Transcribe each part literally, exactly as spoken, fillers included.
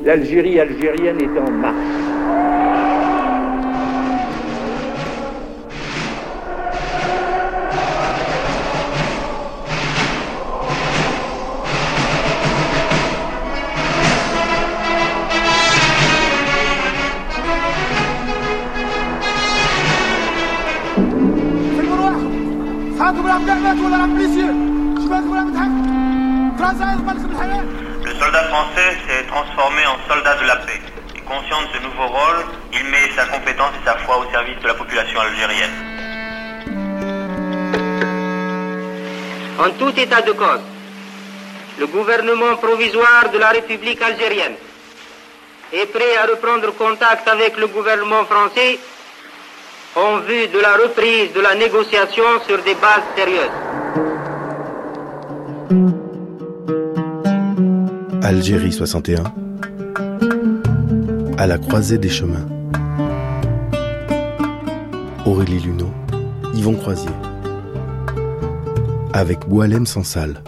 d'Algérie algérienne est en marche. Le soldat français s'est transformé en soldat de la paix. Et conscient de ce nouveau rôle, il met sa compétence et sa foi au service de la population algérienne. En tout état de cause, le gouvernement provisoire de la République algérienne est prêt à reprendre contact avec le gouvernement français en vue de la reprise de la négociation sur des bases sérieuses. Algérie soixante et un, à la croisée des chemins. Aurélie Luneau, Yvon Croisier. Avec Boualem Sansal.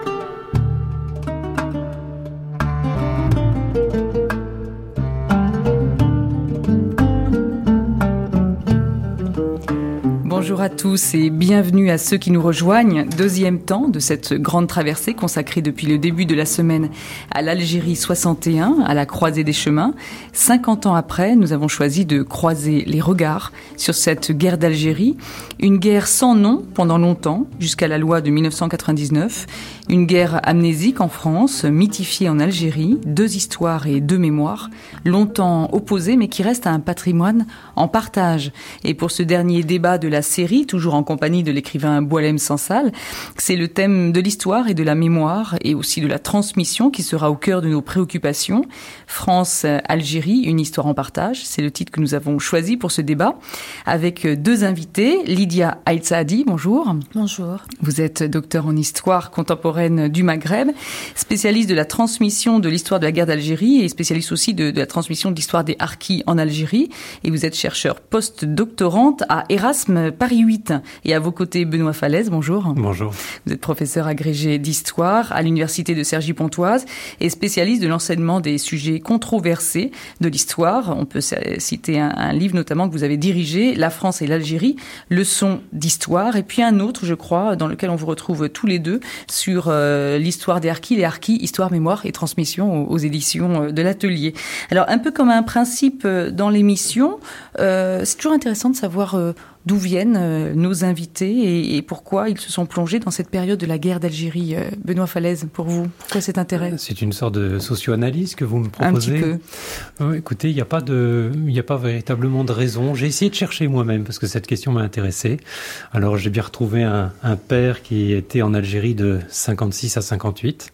Bonjour à tous et bienvenue à ceux qui nous rejoignent. Deuxième temps de cette grande traversée consacrée depuis le début de la semaine à l'Algérie soixante et un, à la croisée des chemins. cinquante ans après, nous avons choisi de croiser les regards sur cette guerre d'Algérie. Une guerre sans nom pendant longtemps, jusqu'à la loi de dix-neuf cent quatre-vingt-dix-neuf. Une guerre amnésique en France, mythifiée en Algérie. Deux histoires et deux mémoires, longtemps opposées mais qui restent à un patrimoine en partage. Et pour ce dernier débat de la série, toujours en compagnie de l'écrivain Boualem Sansal, c'est le thème de l'histoire et de la mémoire et aussi de la transmission qui sera au cœur de nos préoccupations. France-Algérie, une histoire en partage, c'est le titre que nous avons choisi pour ce débat, avec deux invités. Lydia Aït Saadi, bonjour. Bonjour. Vous êtes docteur en histoire contemporaine du Maghreb, spécialiste de la transmission de l'histoire de la guerre d'Algérie et spécialiste aussi de, de la transmission de l'histoire des harkis en Algérie. Et vous êtes chercheur post-doctorante à Erasme Paris huit. Et à vos côtés, Benoît Falaise, bonjour. Bonjour. Vous êtes professeur agrégé d'histoire à l'université de Cergy-Pontoise et spécialiste de l'enseignement des sujets controversés de l'histoire. On peut citer un, un livre notamment que vous avez dirigé, La France et l'Algérie, leçons d'histoire. Et puis un autre, je crois, dans lequel on vous retrouve tous les deux sur euh, l'histoire des harkis, les harkis, histoire, mémoire et transmission aux, aux éditions de l'Atelier. Alors, un peu comme un principe dans l'émission, euh, c'est toujours intéressant de savoir euh, d'où viennent euh, nos invités et, et pourquoi ils se sont plongés dans cette période de la guerre d'Algérie. Euh, Benoît Falaise, pour vous, pourquoi cet intérêt ? C'est une sorte de socio-analyse que vous me proposez. Un petit peu. Euh, écoutez, il n'y a pas de, il n'y a pas véritablement de raison. J'ai essayé de chercher moi-même parce que cette question m'a intéressé. Alors, j'ai bien retrouvé un, un père qui était en Algérie de cinquante-six à cinquante-huit.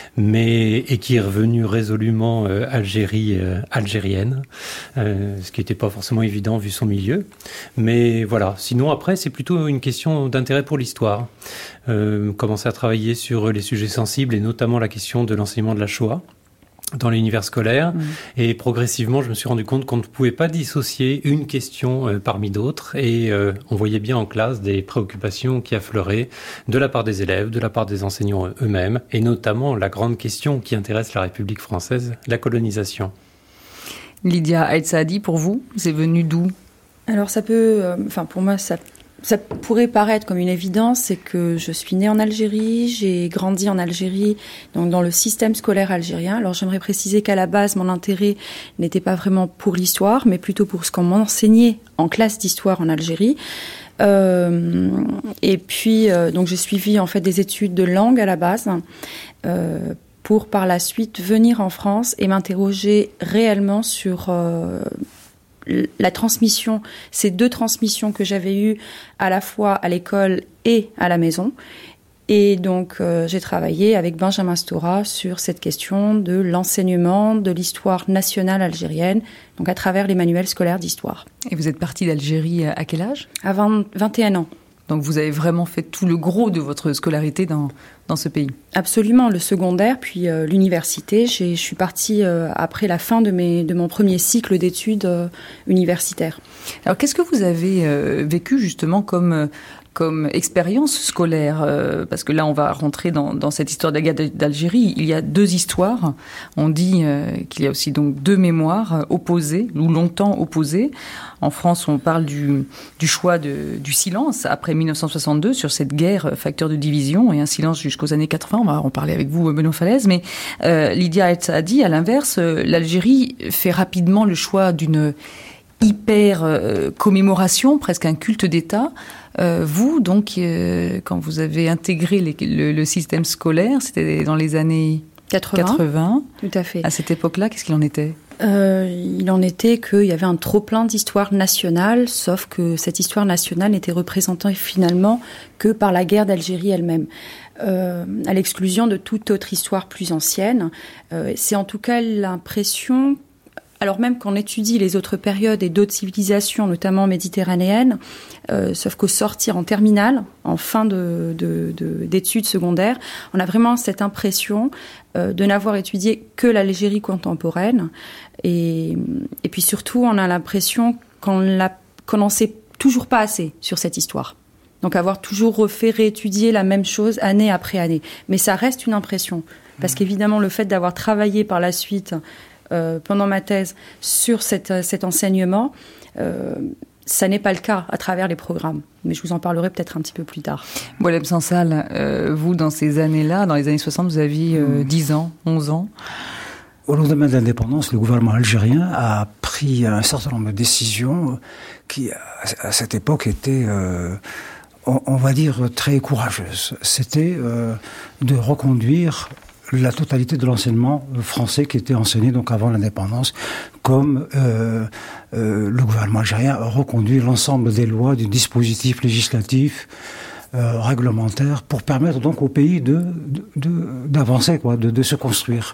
Mais et qui est revenu résolument euh, Algérie euh, algérienne, euh, ce qui n'était pas forcément évident vu son milieu. Mais voilà. Sinon après c'est plutôt une question d'intérêt pour l'histoire. Euh, commencer à travailler sur les sujets sensibles et notamment la question de l'enseignement de la Shoah dans l'univers scolaire. Mmh. Et progressivement, je me suis rendu compte qu'on ne pouvait pas dissocier une question euh, parmi d'autres. Et euh, on voyait bien en classe des préoccupations qui affleuraient de la part des élèves, de la part des enseignants eux-mêmes, et notamment la grande question qui intéresse la République française, la colonisation. Lydia Aït Saadi, pour vous, c'est venu d'où ? Alors ça peut, enfin euh, pour moi, ça Ça pourrait paraître comme une évidence, c'est que je suis née en Algérie, j'ai grandi en Algérie, donc dans le système scolaire algérien. Alors j'aimerais préciser qu'à la base, mon intérêt n'était pas vraiment pour l'histoire, mais plutôt pour ce qu'on m'enseignait en classe d'histoire en Algérie. Euh, et puis, euh, donc j'ai suivi en fait des études de langue à la base, euh, pour par la suite venir en France et m'interroger réellement sur euh, la transmission, ces deux transmissions que j'avais eues à la fois à l'école et à la maison. Et donc, euh, j'ai travaillé avec Benjamin Stora sur cette question de l'enseignement de l'histoire nationale algérienne, donc à travers les manuels scolaires d'histoire. Et vous êtes partie d'Algérie à quel âge ? À vingt, vingt et un ans. Donc vous avez vraiment fait tout le gros de votre scolarité dans, dans ce pays. Absolument, le secondaire, puis euh, l'université. J'ai, je suis partie euh, après la fin de, mes, de mon premier cycle d'études euh, universitaires. Alors qu'est-ce que vous avez euh, vécu justement comme, euh, comme expérience scolaire, euh, parce que là on va rentrer dans, dans cette histoire de la guerre d'Algérie. Il y a deux histoires. On dit euh, qu'il y a aussi donc deux mémoires opposées ou longtemps opposées. En France, on parle du, du choix de, du silence après mille neuf cent soixante-deux sur cette guerre facteur de division et un silence jusqu'aux années quatre-vingts. On va en parler avec vous, Benoît Falaise. Mais euh, Lydia a dit, à l'inverse, euh, l'Algérie fait rapidement le choix d'une hyper euh, commémoration, presque un culte d'État. Euh, vous, donc, euh, quand vous avez intégré les, le, le système scolaire, c'était dans les années quatre-vingts. quatre-vingts. Tout à fait. À cette époque-là, qu'est-ce qu'il en était ? Euh, il en était qu'il y avait un trop-plein d'histoire nationale, sauf que cette histoire nationale n'était représentée finalement que par la guerre d'Algérie elle-même, euh, à l'exclusion de toute autre histoire plus ancienne. Euh, c'est en tout cas l'impression, alors même qu'on étudie les autres périodes et d'autres civilisations, notamment méditerranéennes, euh, sauf qu'au sortir en terminale, en fin de, de, de, d'études secondaires, on a vraiment cette impression euh, de n'avoir étudié que l'Algérie contemporaine. Et, et puis surtout, on a l'impression qu'on l'a, qu'on n'en sait toujours pas assez sur cette histoire. Donc avoir toujours refait réétudier la même chose année après année. Mais ça reste une impression. Parce qu'évidemment, le fait d'avoir travaillé par la suite... Euh, pendant ma thèse sur cette, cet enseignement, euh, ça n'est pas le cas à travers les programmes. Mais je vous en parlerai peut-être un petit peu plus tard. Boualem Sansal, euh, vous, dans ces années-là, dans les années soixante, vous aviez euh, dix ans, onze ans. Au lendemain de l'indépendance, le gouvernement algérien a pris un certain nombre de décisions qui, à cette époque, étaient... Euh, on va dire très courageuses. C'était euh, de reconduire la totalité de l'enseignement français qui était enseigné donc avant l'indépendance, comme euh, euh, le gouvernement algérien a reconduit l'ensemble des lois, du dispositif législatif, euh, réglementaire, pour permettre donc au pays de, de, de, d'avancer, quoi, de, de se construire.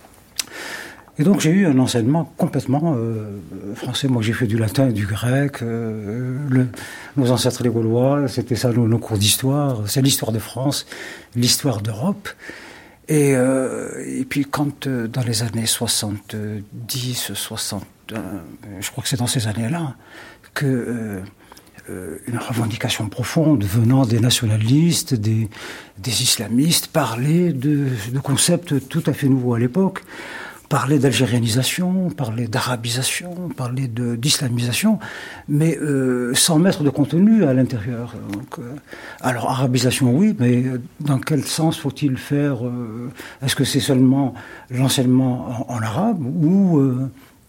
Et donc j'ai eu un enseignement complètement euh, français. Moi j'ai fait du latin et du grec. Euh, le, nos ancêtres les Gaulois, c'était ça nos, nos cours d'histoire. C'est l'histoire de France, l'histoire d'Europe. Et, euh, et puis quand euh, dans les années soixante-dix, soixante, euh, je crois que c'est dans ces années-là que euh, euh, une revendication profonde venant des nationalistes, des, des islamistes, parlait de, de concepts tout à fait nouveaux à l'époque. Parlait d'algérianisation, parlait d'arabisation, parlait de, d'islamisation, mais euh, sans mettre de contenu à l'intérieur. Donc, euh, alors, arabisation, oui, mais dans quel sens faut-il faire euh, est-ce que c'est seulement l'enseignement en, en arabe ou, euh,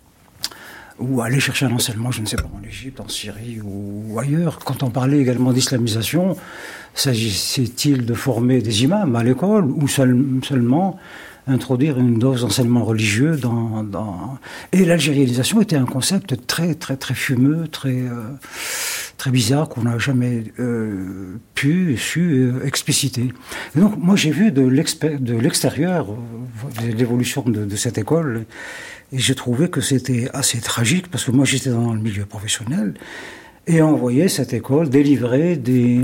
ou aller chercher un enseignement, je ne sais pas, en Égypte, en Syrie ou, ou ailleurs? Quand on parlait également d'islamisation, s'agissait-il de former des imams à l'école ou seul, seulement introduire une dose d'enseignement religieux dans, dans... Et l'algérianisation était un concept très, très, très fumeux, très, euh, très bizarre, qu'on n'a jamais euh, pu, su euh, expliciter. Et donc, moi, j'ai vu de, de l'extérieur euh, l'évolution de, de cette école, et j'ai trouvé que c'était assez tragique, parce que moi, j'étais dans le milieu professionnel, et on voyait cette école délivrer des...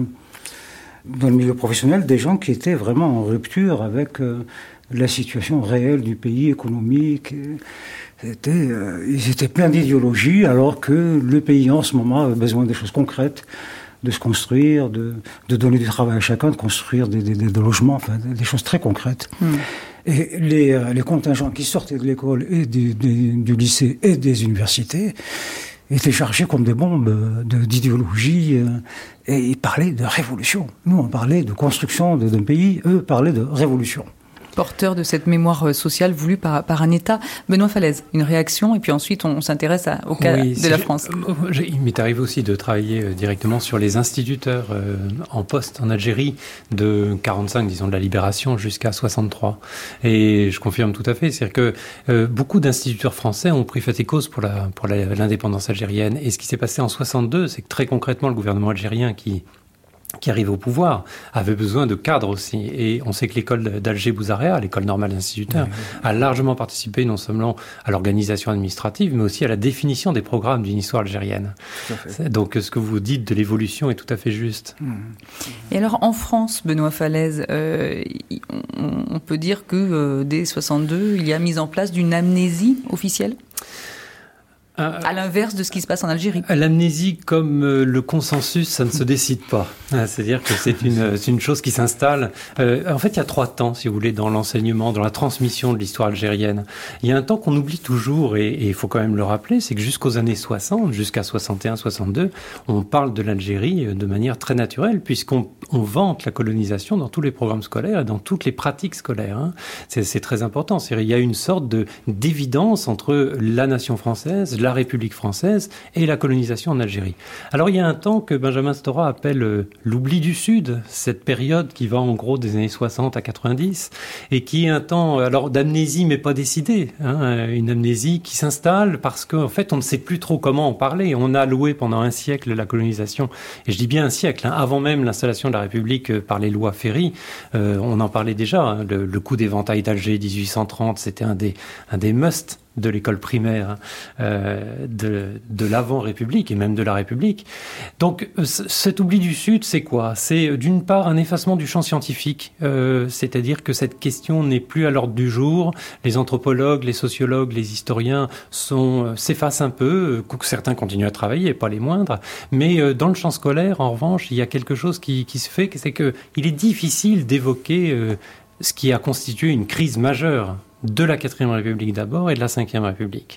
dans le milieu professionnel, des gens qui étaient vraiment en rupture avec... Euh, la situation réelle du pays économique. C'était, euh, ils étaient pleins d'idéologie, alors que le pays en ce moment avait besoin des choses concrètes, de se construire, de, de donner du travail à chacun, de construire des, des, des logements, enfin des choses très concrètes. Mmh. Et les, euh, les contingents qui sortaient de l'école et des, des, du lycée et des universités étaient chargés comme des bombes de, d'idéologie, euh, et ils parlaient de révolution. Nous, on parlait de construction de, d'un pays, eux parlaient de révolution. Porteur de cette mémoire sociale voulue par, par un État. Benoît Falaise, une réaction, et puis ensuite on, on s'intéresse à, au cas oui, de la France. Je, il m'est arrivé aussi de travailler directement sur les instituteurs euh, en poste en Algérie de quarante-cinq, disons, de la Libération jusqu'à soixante-trois. Et je confirme tout à fait, c'est-à-dire que euh, beaucoup d'instituteurs français ont pris fait et cause pour, la, pour la, l'indépendance algérienne. Et ce qui s'est passé en soixante-deux, c'est que très concrètement, le gouvernement algérien qui... qui arrive au pouvoir, avait besoin de cadres aussi. Et on sait que l'école d'Alger Bouzarea, l'école normale d'instituteurs, oui, oui. a largement participé non seulement à l'organisation administrative, mais aussi à la définition des programmes d'une histoire algérienne. Donc ce que vous dites de l'évolution est tout à fait juste. Mmh. Et alors en France, Benoît Falaise, euh, on, on peut dire que euh, dès soixante-deux, il y a mise en place d'une amnésie officielle ? À l'inverse de ce qui se passe en Algérie. L'amnésie, comme euh, le consensus, ça ne se décide pas. C'est-à-dire que c'est une, c'est une chose qui s'installe. Euh, en fait, il y a trois temps, si vous voulez, dans l'enseignement, dans la transmission de l'histoire algérienne. Il y a un temps qu'on oublie toujours, et il faut quand même le rappeler, c'est que jusqu'aux années soixante, jusqu'à soixante et un soixante-deux, on parle de l'Algérie de manière très naturelle, puisqu'on on vante la colonisation dans tous les programmes scolaires et dans toutes les pratiques scolaires. Hein. C'est, c'est très important. C'est-à-dire, il y a une sorte de, d'évidence entre la nation française, la République française et la colonisation en Algérie. Alors il y a un temps que Benjamin Stora appelle euh, l'oubli du Sud, cette période qui va en gros des années soixante à quatre-vingt-dix, et qui est un temps alors d'amnésie mais pas décidée, hein, une amnésie qui s'installe parce qu'en fait on ne sait plus trop comment en parler. On a loué pendant un siècle la colonisation, et je dis bien un siècle, hein, avant même l'installation de la République euh, par les lois Ferry, euh, on en parlait déjà, hein, le, le coup d'éventail d'Alger dix-huit cent trente, c'était un des, un des musts de l'école primaire euh, de, de l'avant-République et même de la République. Donc c- cet oubli du Sud, c'est quoi ? C'est d'une part un effacement du champ scientifique, euh, c'est-à-dire que cette question n'est plus à l'ordre du jour. Les anthropologues, les sociologues, les historiens sont, euh, s'effacent un peu, euh, certains continuent à travailler, pas les moindres, mais euh, dans le champ scolaire, en revanche, il y a quelque chose qui, qui se fait, c'est qu'il est difficile d'évoquer euh, ce qui a constitué une crise majeure de la quatrième République d'abord et de la cinquième République.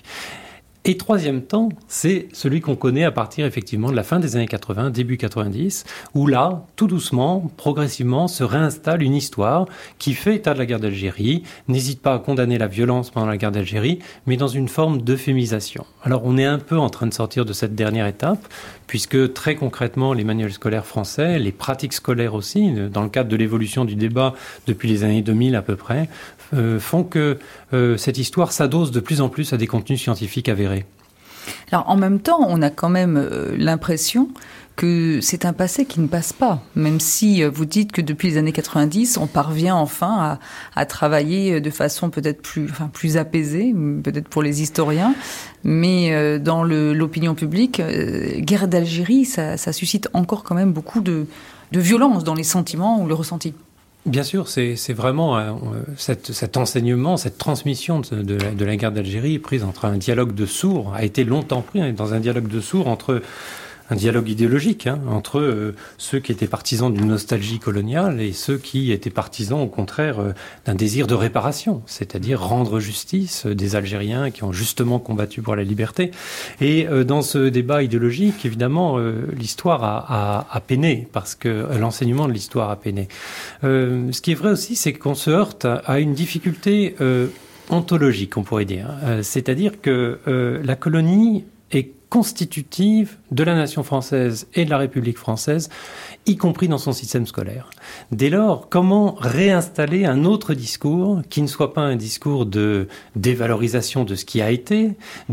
Et troisième temps, c'est celui qu'on connaît à partir effectivement de la fin des années quatre-vingts, début quatre-vingt-dix, où là, tout doucement, progressivement, se réinstalle une histoire qui fait état de la guerre d'Algérie, n'hésite pas à condamner la violence pendant la guerre d'Algérie, mais dans une forme d'euphémisation. Alors on est un peu en train de sortir de cette dernière étape, puisque très concrètement, les manuels scolaires français, les pratiques scolaires aussi, dans le cadre de l'évolution du débat depuis les années deux mille à peu près, euh, font que euh, cette histoire s'adosse de plus en plus à des contenus scientifiques avérés. Alors en même temps, on a quand même euh, l'impression que c'est un passé qui ne passe pas, même si euh, vous dites que depuis les années quatre-vingt-dix, on parvient enfin à, à travailler de façon peut-être plus, enfin, plus apaisée, peut-être pour les historiens, mais euh, dans le, l'opinion publique, euh, guerre d'Algérie, ça, ça suscite encore quand même beaucoup de, de violence dans les sentiments ou le ressenti. Bien sûr, c'est, c'est vraiment euh, cette, cet enseignement, cette transmission de, de, la, de la guerre d'Algérie prise entre un dialogue de sourds, a été longtemps pris hein, dans un dialogue de sourds entre un dialogue idéologique hein, entre euh, ceux qui étaient partisans d'une nostalgie coloniale et ceux qui étaient partisans au contraire euh, d'un désir de réparation, c'est-à-dire rendre justice euh, des Algériens qui ont justement combattu pour la liberté. Et euh, dans ce débat idéologique, évidemment, euh, l'histoire a, a, a peiné, parce que euh, l'enseignement de l'histoire a peiné. Euh, ce qui est vrai aussi, c'est qu'on se heurte à, à une difficulté euh, ontologique, on pourrait dire. Euh, c'est-à-dire que euh, la colonie est constitutive de la nation française et de la République française, y compris dans son système scolaire. Dès lors, comment réinstaller un autre discours qui ne soit pas un discours de dévalorisation de ce qui a été,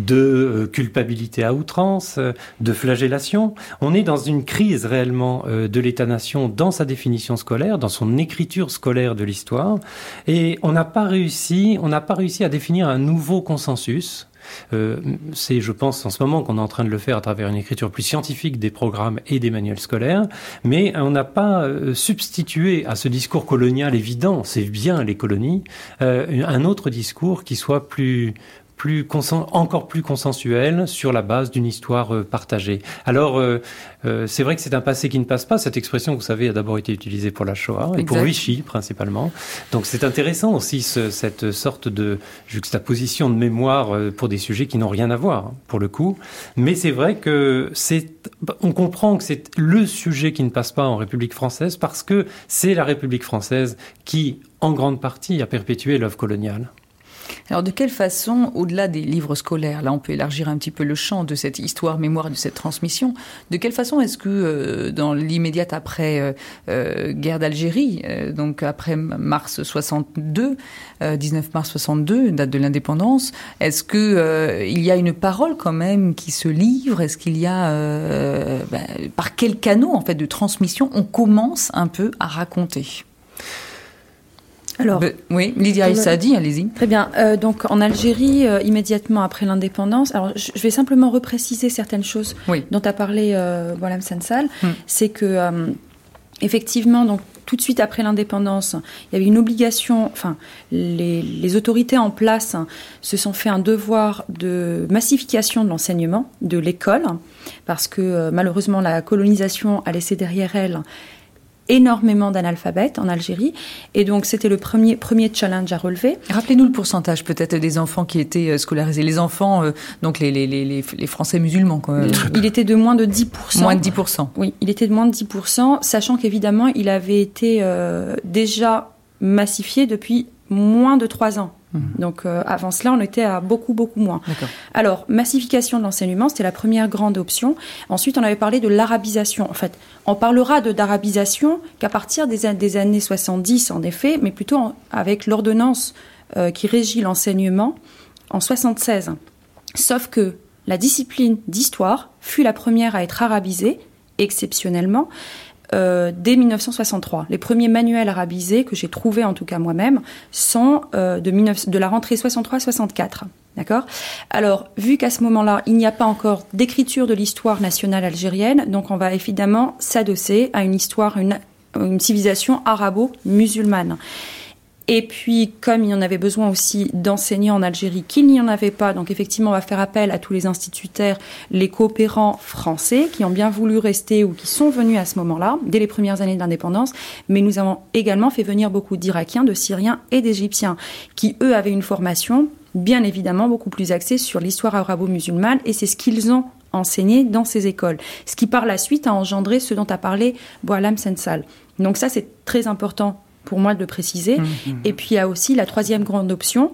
de culpabilité à outrance, de flagellation ? On est dans une crise réellement de l'État-nation dans sa définition scolaire, dans son écriture scolaire de l'histoire, et on n'a pas réussi, on n'a pas réussi à définir un nouveau consensus. Euh, c'est, je pense, en ce moment qu'on est en train de le faire à travers une écriture plus scientifique des programmes et des manuels scolaires, mais on n'a pas euh, substitué à ce discours colonial évident, c'est bien les colonies, euh, un autre discours qui soit plus... Plus consen- encore plus consensuel sur la base d'une histoire euh, partagée. Alors, euh, euh, c'est vrai que c'est un passé qui ne passe pas. Cette expression, vous savez, a d'abord été utilisée pour la Shoah et pour Vichy, principalement. Donc, c'est intéressant aussi ce, cette sorte de juxtaposition de mémoire euh, pour des sujets qui n'ont rien à voir, hein, pour le coup. Mais c'est vrai que c'est, on comprend que c'est le sujet qui ne passe pas en République française parce que c'est la République française qui, en grande partie, a perpétué l'œuvre coloniale. Alors de quelle façon, au-delà des livres scolaires, là on peut élargir un petit peu le champ de cette histoire, mémoire, de cette transmission, de quelle façon est-ce que euh, dans l'immédiate après euh, euh, guerre d'Algérie, euh, donc après mars soixante-deux, euh, dix-neuf mars soixante-deux, date de l'indépendance, est-ce que euh, il y a une parole quand même qui se livre ? Est-ce qu'il y a, euh, ben, par quel canot en fait de transmission on commence un peu à raconter ? Alors, Be- oui, Lydia Issadi, allez-y. Très bien. Euh, donc, en Algérie, euh, immédiatement après l'indépendance, alors je, je vais simplement repréciser certaines choses oui. dont a parlé euh, Boualem Sansal. Mm. C'est que, euh, effectivement, donc, tout de suite après l'indépendance, il y avait une obligation, enfin, les, les autorités en place se sont fait un devoir de massification de l'enseignement, de l'école, parce que euh, malheureusement la colonisation a laissé derrière elle énormément d'analphabètes en Algérie, et donc c'était le premier, premier challenge à relever. Rappelez-nous le pourcentage peut-être des enfants qui étaient scolarisés, les enfants, euh, donc les, les, les, les Français musulmans, quoi. Il était de moins de dix pour cent. Moins de dix pour cent. Oui, il était de moins de dix pour cent, sachant qu'évidemment il avait été euh, déjà massifié depuis moins de trois ans. Donc euh, avant cela, on était à beaucoup, beaucoup moins. D'accord. Alors, massification de l'enseignement, c'était la première grande option. Ensuite, on avait parlé de l'arabisation. En fait, on parlera de d'arabisation qu'à partir des, des années soixante-dix, en effet, mais plutôt en, avec l'ordonnance euh, qui régit l'enseignement en soixante-seize. Sauf que la discipline d'histoire fut la première à être arabisée, exceptionnellement, Euh, dès mille neuf cent soixante-trois. Les premiers manuels arabisés que j'ai trouvés, en tout cas moi-même, sont euh, de, mille neuf cents, de la rentrée soixante-trois soixante-quatre. D'accord ? Alors, vu qu'à ce moment-là, il n'y a pas encore d'écriture de l'histoire nationale algérienne, donc on va évidemment s'adosser à une histoire, une, une civilisation arabo-musulmane. Et puis, comme il y en avait besoin aussi d'enseignants en Algérie, qu'il n'y en avait pas, donc effectivement, on va faire appel à tous les instituteurs, les coopérants français qui ont bien voulu rester ou qui sont venus à ce moment-là, dès les premières années de l'indépendance. Mais nous avons également fait venir beaucoup d'Irakiens, de Syriens et d'Égyptiens, qui, eux, avaient une formation, bien évidemment, beaucoup plus axée sur l'histoire arabo-musulmane, et c'est ce qu'ils ont enseigné dans ces écoles. Ce qui, par la suite, a engendré ce dont a parlé Boualem Sansal. Donc ça, c'est très important pour moi de le préciser. Mmh. Et puis il y a aussi la troisième grande option,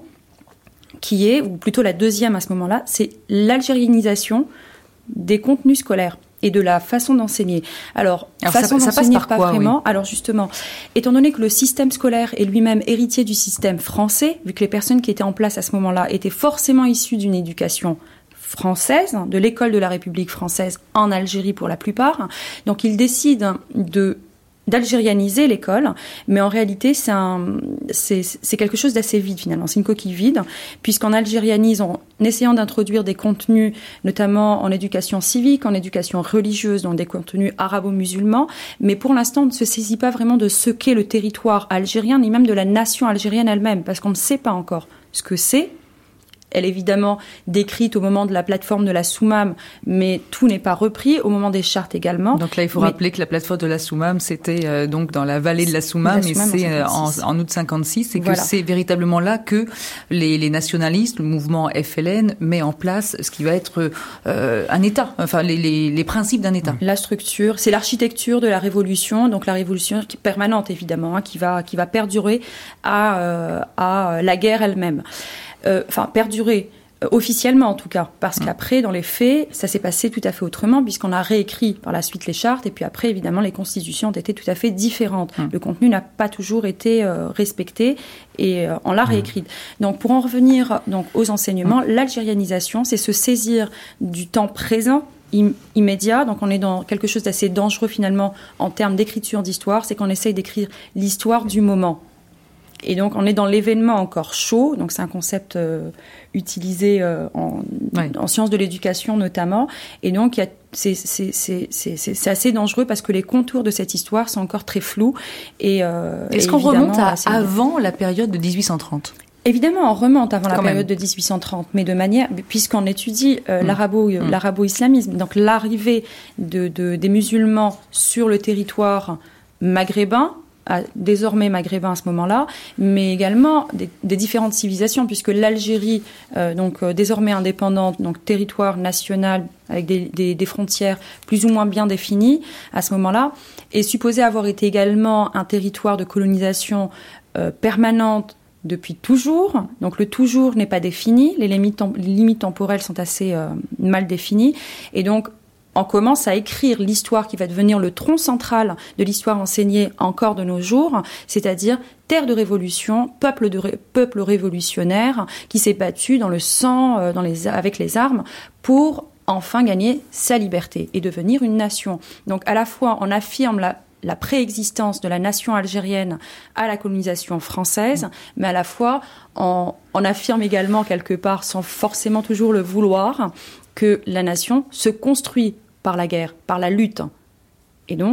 qui est, ou plutôt la deuxième à ce moment-là, c'est l'algérianisation des contenus scolaires et de la façon d'enseigner. Alors, Alors façon ça, ça d'enseigner passe par pas quoi, vraiment. Oui. Alors justement, étant donné que le système scolaire est lui-même héritier du système français, vu que les personnes qui étaient en place à ce moment-là étaient forcément issues d'une éducation française, de l'école de la République française en Algérie pour la plupart, donc ils décident de d'algérianiser l'école, mais en réalité, c'est, un, c'est, c'est quelque chose d'assez vide, finalement. C'est une coquille vide, puisqu'on algérianise en essayant d'introduire des contenus, notamment en éducation civique, en éducation religieuse, donc des contenus arabo-musulmans, mais pour l'instant, on ne se saisit pas vraiment de ce qu'est le territoire algérien, ni même de la nation algérienne elle-même, parce qu'on ne sait pas encore ce que c'est. Elle est évidemment décrite au moment de la plateforme de la Soumam, mais tout n'est pas repris, au moment des chartes également. Donc là, il faut mais... rappeler que la plateforme de la Soumam, c'était euh, donc dans la vallée de la Soumam, et c'est euh, en, en août cinquante-six, et voilà. que c'est véritablement là que les, les nationalistes, le mouvement F L N, met en place ce qui va être euh, un État, enfin les, les, les principes d'un État. La structure, c'est l'architecture de la révolution, donc la révolution permanente évidemment, hein, qui va qui va perdurer à euh, à la guerre elle-même. Euh, enfin, perdurer, euh, officiellement en tout cas, parce mmh. qu'après, dans les faits, ça s'est passé tout à fait autrement, puisqu'on a réécrit par la suite les chartes, et puis après, évidemment, les constitutions ont été tout à fait différentes. Mmh. Le contenu n'a pas toujours été euh, respecté, et euh, on l'a mmh. réécrit. Donc, pour en revenir donc, aux enseignements, mmh. l'algérianisation, c'est se saisir du temps présent, im- immédiat, donc on est dans quelque chose d'assez dangereux finalement, en termes d'écriture d'histoire, c'est qu'on essaye d'écrire l'histoire du moment. Et donc, on est dans l'événement encore chaud. Donc, c'est un concept euh, utilisé euh, en, ouais. en sciences de l'éducation notamment. Et donc, il y a, c'est, c'est, c'est, c'est, c'est, c'est assez dangereux parce que les contours de cette histoire sont encore très flous. Et, euh, Est-ce et qu'on remonte à avant la période de dix-huit cent trente ? Évidemment, on remonte avant Quand la période même. de dix-huit cent trente, mais de manière, puisqu'on étudie euh, mmh. l'arabo, mmh. l'arabo-islamisme, donc l'arrivée de, de, des musulmans sur le territoire maghrébin, désormais maghrébin à ce moment-là, mais également des, des différentes civilisations, puisque l'Algérie, euh, donc euh, désormais indépendante, donc territoire national avec des, des, des frontières plus ou moins bien définies à ce moment-là, est supposée avoir été également un territoire de colonisation euh, permanente depuis toujours. Donc le toujours n'est pas défini, les limites, les limites temporelles sont assez euh, mal définies, et donc on commence à écrire l'histoire qui va devenir le tronc central de l'histoire enseignée encore de nos jours, c'est-à-dire terre de révolution, peuple, de ré, peuple révolutionnaire qui s'est battu dans le sang, euh, dans les, avec les armes pour enfin gagner sa liberté et devenir une nation. Donc à la fois on affirme la la préexistence de la nation algérienne à la colonisation française, mais à la fois on, on affirme également quelque part, sans forcément toujours le vouloir, que la nation se construit par la guerre, par la lutte. Et donc,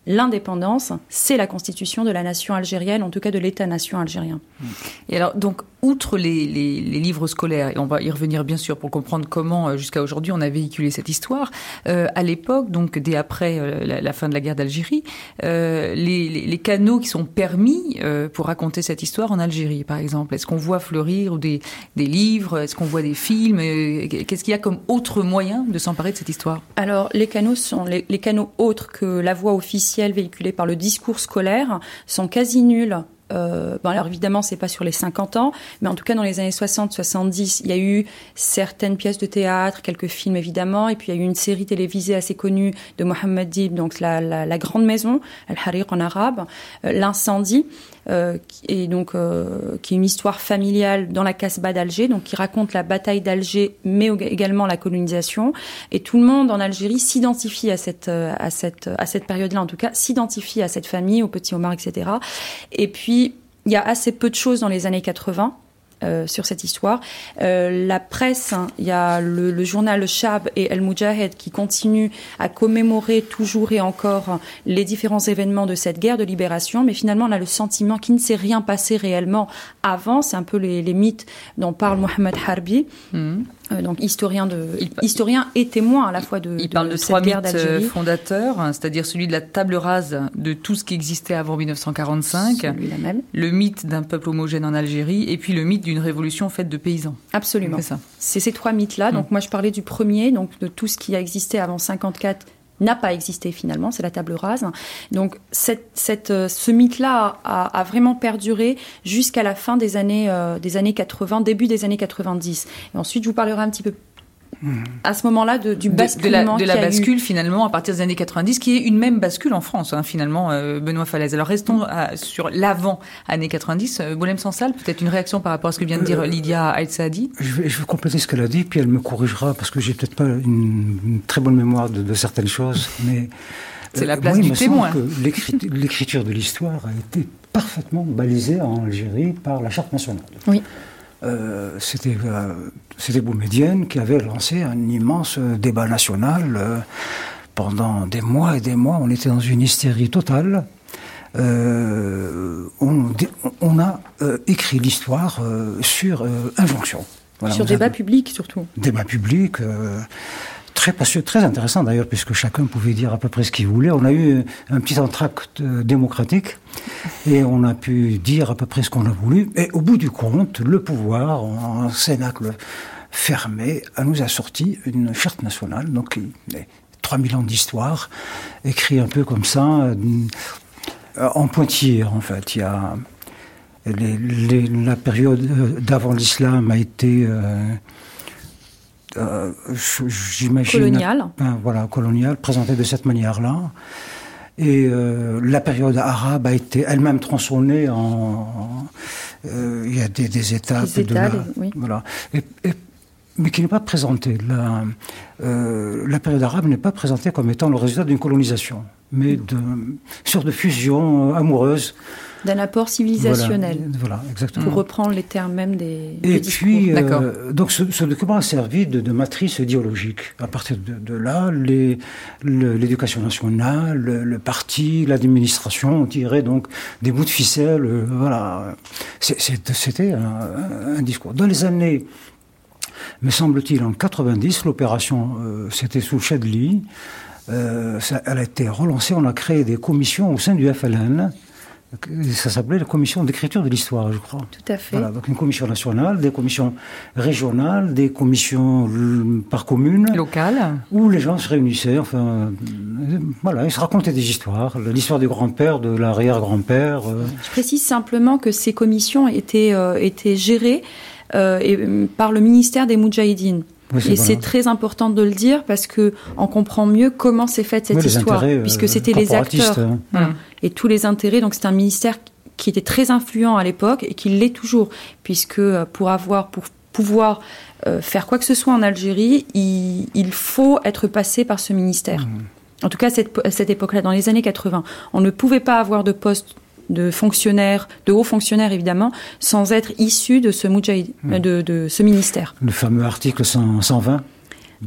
l'indépendance, c'est la constitution de la nation algérienne, en tout cas de l'État-nation algérien. Et alors, donc, outre les, les, les livres scolaires, et on va y revenir bien sûr pour comprendre comment, jusqu'à aujourd'hui, on a véhiculé cette histoire, euh, à l'époque, donc dès après euh, la, la fin de la guerre d'Algérie, euh, les, les, les canaux qui sont permis euh, pour raconter cette histoire en Algérie, par exemple, est-ce qu'on voit fleurir ou des, des livres, est-ce qu'on voit des films, euh, qu'est-ce qu'il y a comme autre moyen de s'emparer de cette histoire? Alors, les canaux sont les, les canaux autres que la voix officielle véhiculée par le discours scolaire sont quasi nuls. Euh, bon alors évidemment c'est pas sur les cinquante ans, mais en tout cas dans les années soixante soixante-dix, il y a eu certaines pièces de théâtre, quelques films évidemment, et puis il y a eu une série télévisée assez connue de Mohammed Dib, donc la, la, la Grande Maison, Al-Hariq en arabe, euh, l'incendie, euh, et donc euh, qui est une histoire familiale dans la Casbah d'Alger, donc qui raconte la bataille d'Alger, mais également la colonisation, et tout le monde en Algérie s'identifie à cette à cette à cette période-là, en tout cas s'identifie à cette famille, au petit Omar, et cetera. Et puis il y a assez peu de choses dans les années quatre-vingts euh, sur cette histoire. Euh, la presse, hein, il y a le, le journal Le Shab et El Moudjahed qui continuent à commémorer toujours et encore les différents événements de cette guerre de libération, mais finalement on a le sentiment qu'il ne s'est rien passé réellement avant. C'est un peu les, les mythes dont parle Mohamed Harbi. Mmh. Euh, donc historien, de, il, historien et témoin à la fois de, il de, parle de, de trois cette guerre mythes d'Algérie. fondateurs, hein, c'est-à-dire celui de la table rase de tout ce qui existait avant dix-neuf cent quarante-cinq, celui-là même. Le mythe d'un peuple homogène en Algérie, et puis le mythe d'une révolution faite de paysans. Absolument. C'est ça. C'est ces trois mythes-là. Mmh. Donc moi je parlais du premier, donc de tout ce qui a existé avant cinquante-quatre n'a pas existé finalement, c'est la table rase. Donc cette, cette, ce mythe-là a, a vraiment perduré jusqu'à la fin des années, euh, des années quatre-vingts, début des années quatre-vingt-dix. Et ensuite, je vous parlerai un petit peu à ce moment-là de, du basculement de, de la, de la bascule eu... finalement à partir des années quatre-vingt-dix, qui est une même bascule en France hein, finalement, euh, Benoît Falaise. Alors restons à, sur l'avant années quatre-vingt-dix. Euh, Boualem Sansal, peut-être une réaction par rapport à ce que vient de dire euh, Lydia Aït Saadi. Je vais, je vais compléter ce qu'elle a dit, puis elle me corrigera parce que j'ai peut-être pas une, une très bonne mémoire de, de certaines choses, mais c'est la place euh, moi, du témoin. Que l'écriture, l'écriture de l'histoire a été parfaitement balisée en Algérie par la Charte nationale. Oui. Euh, c'était, euh, c'était Boumedienne qui avait lancé un immense débat national. Euh, pendant des mois et des mois, on était dans une hystérie totale. Euh, on, on a euh, écrit l'histoire euh, sur euh, injonction. Voilà, sur débat a, public surtout. Débat public. Euh, Très passionnant, très intéressant d'ailleurs, puisque chacun pouvait dire à peu près ce qu'il voulait. On a eu un petit entracte démocratique et on a pu dire à peu près ce qu'on a voulu. Et au bout du compte, le pouvoir, en cénacle fermé, nous a sorti une charte nationale, donc trois mille ans d'histoire, écrit un peu comme ça, en pointillé en fait. Il y a les, les, la période d'avant l'islam a été... Euh, Euh, j'imagine, colonial. Ben, voilà, colonial, présenté de cette manière-là. Et euh, la période arabe a été elle-même tronçonnée en. Euh, il y a des, des étapes. Des de étapes, la, oui. Voilà. Et, et, mais qui n'est pas présentée. La, euh, la période arabe n'est pas présentée comme étant le résultat d'une colonisation, mais d'une sorte de fusion amoureuse. D'un apport civilisationnel. Voilà, voilà, exactement. Pour reprendre les termes même des, Et des puis, discours. D'accord. Euh, donc ce, ce document a servi de, de matrice idéologique. À partir de, de là, les, le, l'éducation nationale, le, le parti, l'administration ont tiré donc des bouts de ficelle. Euh, voilà, c'est, c'est, c'était un, un discours. Dans les années, me semble-t-il, en quatre-vingt-dix, l'opération, euh, c'était sous Chadli. Euh, ça, elle a été relancée. On a créé des commissions au sein du F L N. Ça s'appelait la commission d'écriture de l'histoire, je crois. Tout à fait. Voilà, donc une commission nationale, des commissions régionales, des commissions par commune. Locales. Où les gens se réunissaient, enfin, euh, voilà, ils se racontaient des histoires. L'histoire du grand-père, de l'arrière-grand-père. Euh. Je précise simplement que ces commissions étaient, euh, étaient gérées euh, et, par le ministère des Moudjahidines. Oui, c'est et voilà. C'est très important de le dire parce que on comprend mieux comment s'est faite cette oui, histoire, intérêts, puisque c'était euh, les acteurs hein. voilà. mmh. et tous les intérêts. Donc c'est un ministère qui était très influent à l'époque et qui l'est toujours, puisque pour avoir, pour pouvoir euh, faire quoi que ce soit en Algérie, il, il faut être passé par ce ministère. Mmh. En tout cas, à cette, à cette époque-là, dans les années quatre-vingts, on ne pouvait pas avoir de poste de fonctionnaires, de hauts fonctionnaires évidemment, sans être issus de ce moudjahid, mmh. de, de ce ministère. Le fameux article cent vingt euh,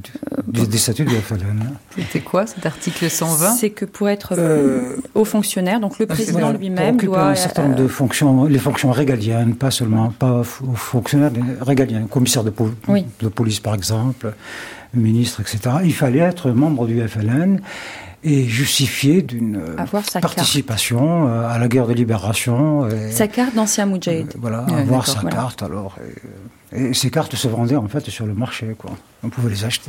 des, des statuts du F L N. C'était quoi cet article cent vingt ? C'est que pour être euh, haut fonctionnaire, donc le président voilà, lui-même pour doit... un certain nombre euh, de fonctions, les fonctions régaliennes, pas seulement, pas fonctionnaires régaliens, commissaire de, po- oui. de police par exemple, ministre, et cetera. Il fallait être membre du F L N et justifier d'une participation carte. à la guerre de libération. Et, sa carte d'ancien moudjahid. Euh, voilà, ouais, avoir sa voilà. carte alors. Et, et ces cartes se vendaient en fait sur le marché, quoi. On pouvait les acheter.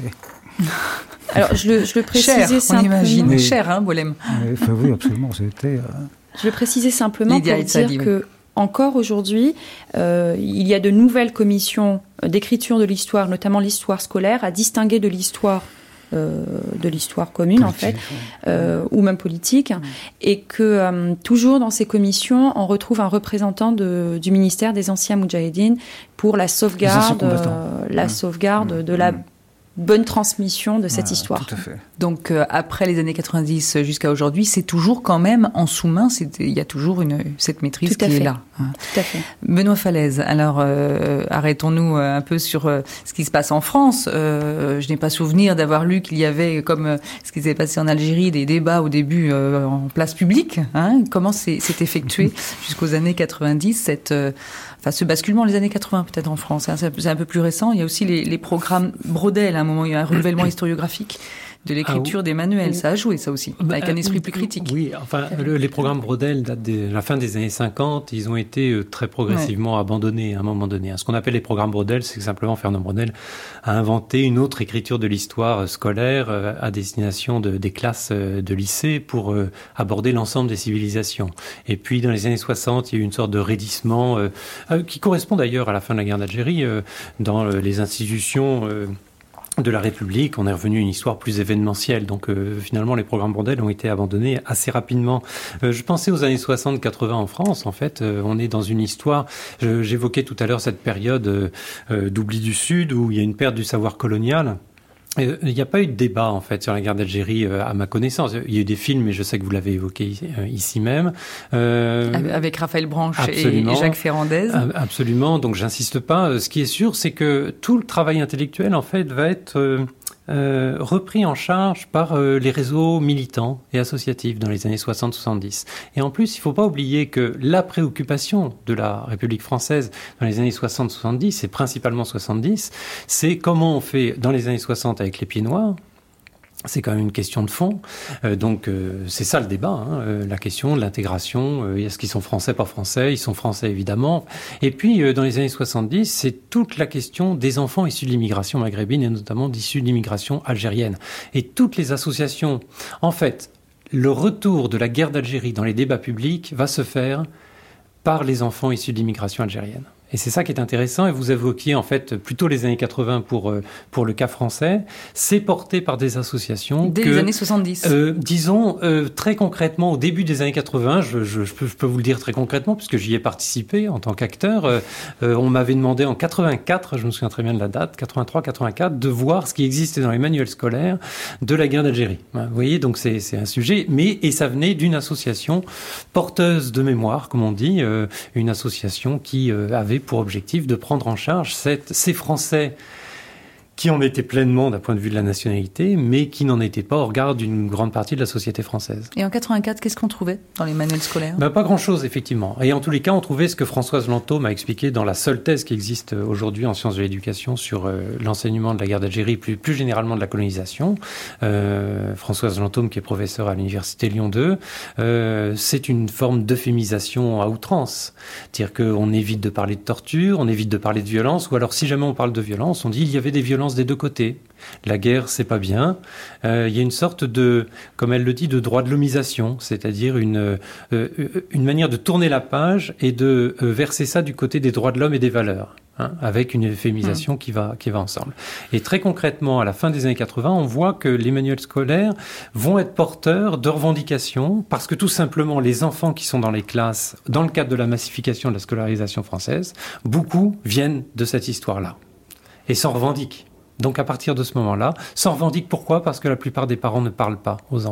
Alors je le, je le précisais cher, simplement. On imagine. Mais, cher, hein, Boualem. Mais, enfin, oui, absolument, c'était... Euh... Je le précisais simplement pour dire dit, que... Oui. Encore aujourd'hui, euh, il y a de nouvelles commissions d'écriture de l'histoire, notamment l'histoire scolaire, à distinguer de l'histoire euh, de l'histoire commune politique, en fait, euh, ou même politique, mmh. et que euh, toujours dans ces commissions, on retrouve un représentant de, du ministère des anciens moudjahidines pour la sauvegarde, euh, la mmh. sauvegarde mmh. de la mmh. bonne transmission de cette ouais, histoire. Tout à fait. Donc euh, après les années quatre-vingt-dix jusqu'à aujourd'hui, c'est toujours quand même en sous-main, il y a toujours une, cette maîtrise qui fait. est là. Hein. Tout à fait. Benoît Falaise, alors euh, arrêtons-nous un peu sur euh, ce qui se passe en France. Euh, je n'ai pas souvenir d'avoir lu qu'il y avait, comme euh, ce qui s'est passé en Algérie, des débats au début euh, en place publique. Hein. Comment c'est, c'est effectué jusqu'aux années quatre-vingt-dix, cette... Euh, Enfin, ce basculement les années quatre-vingts peut-être en France, hein, c'est un peu plus récent. Il y a aussi les, les programmes Brodel, à un moment il y a un renouvellement historiographique de l'écriture ah, des manuels. Ça a joué ça aussi, bah, avec un esprit plus critique. Oui, enfin le, les programmes Brodel datent de la fin des années cinquante. Ils ont été très progressivement ouais. abandonnés à un moment donné. Ce qu'on appelle les programmes Brodel, c'est que simplement Fernand Brodel a inventé une autre écriture de l'histoire scolaire à destination de, des classes de lycée pour aborder l'ensemble des civilisations. Et puis dans les années soixante, il y a eu une sorte de raidissement euh, qui correspond d'ailleurs à la fin de la guerre d'Algérie euh, dans les institutions euh, de la République. On est revenu à une histoire plus événementielle. Donc euh, finalement, les programmes Brodel ont été abandonnés assez rapidement. Euh, je pensais aux années soixante quatre-vingts en France. En fait, euh, on est dans une histoire... Je, j'évoquais tout à l'heure cette période euh, euh, d'oubli du Sud où il y a une perte du savoir colonial. Il n'y a pas eu de débat, en fait, sur la guerre d'Algérie, euh, à ma connaissance. Il y a eu des films, et je sais que vous l'avez évoqué ici, euh, ici même. Euh, Avec Raphaël Branche et Jacques Ferrandez. Absolument, donc j'insiste pas. Ce qui est sûr, c'est que tout le travail intellectuel, en fait, va être... Euh, Euh, repris en charge par euh, les réseaux militants et associatifs dans les années soixante soixante-dix. Et en plus, il ne faut pas oublier que la préoccupation de la République française dans les années soixante soixante-dix, et principalement soixante-dix, c'est comment on fait dans les années soixante avec les pieds noirs. C'est quand même une question de fond. Euh, donc, euh, c'est ça le débat, hein, euh, la question de l'intégration. Euh, est-ce qu'ils sont français, pas français ? Ils sont français, évidemment. Et puis, euh, dans les années soixante-dix, c'est toute la question des enfants issus de l'immigration maghrébine et notamment issus de l'immigration algérienne. Et toutes les associations... En fait, le retour de la guerre d'Algérie dans les débats publics va se faire par les enfants issus de l'immigration algérienne. Et c'est ça qui est intéressant, et vous évoquiez en fait plutôt les années quatre-vingts pour, euh, pour le cas français. C'est porté par des associations. Dès que, les années soixante-dix. Euh, disons, euh, très concrètement, au début des années quatre-vingts, je, je, je, peux, je peux vous le dire très concrètement, puisque j'y ai participé en tant qu'acteur, euh, euh, on m'avait demandé en quatre-vingt-quatre, je me souviens très bien de la date, quatre-vingt-trois quatre-vingt-quatre, de voir ce qui existait dans les manuels scolaires de la guerre d'Algérie. Vous voyez, donc c'est, c'est un sujet, mais et ça venait d'une association porteuse de mémoire, comme on dit, euh, une association qui euh, avait pour objectif de prendre en charge cette, ces Français qui en étaient pleinement d'un point de vue de la nationalité, mais qui n'en étaient pas au regard d'une grande partie de la société française. Et en quatre-vingt-quatre, qu'est-ce qu'on trouvait dans les manuels scolaires ? Ben, pas grand-chose, effectivement. Et en tous les cas, on trouvait ce que Françoise Lanto m'a expliqué dans la seule thèse qui existe aujourd'hui en sciences de l'éducation sur euh, l'enseignement de la guerre d'Algérie, plus, plus généralement de la colonisation. Euh, Françoise Lanto, qui est professeure à l'université Lyon deux, euh, c'est une forme d'euphémisation à outrance. C'est-à-dire qu'on évite de parler de torture, on évite de parler de violence, ou alors si jamais on parle de violence, on dit il y avait des violences des deux côtés. La guerre, c'est pas bien. Euh, il y a une sorte de, comme elle le dit, de droit de l'homisation, c'est-à-dire une, euh, une manière de tourner la page et de euh, verser ça du côté des droits de l'homme et des valeurs, hein, avec une euphémisation mmh. qui va, qui va ensemble. Et très concrètement, à la fin des années quatre-vingts, on voit que les manuels scolaires vont être porteurs de revendications parce que tout simplement, les enfants qui sont dans les classes, dans le cadre de la massification de la scolarisation française, beaucoup viennent de cette histoire-là et s'en revendiquent. Donc à partir de ce moment-là, s'en revendique pourquoi ? Parce que la plupart des parents ne parlent pas aux enfants.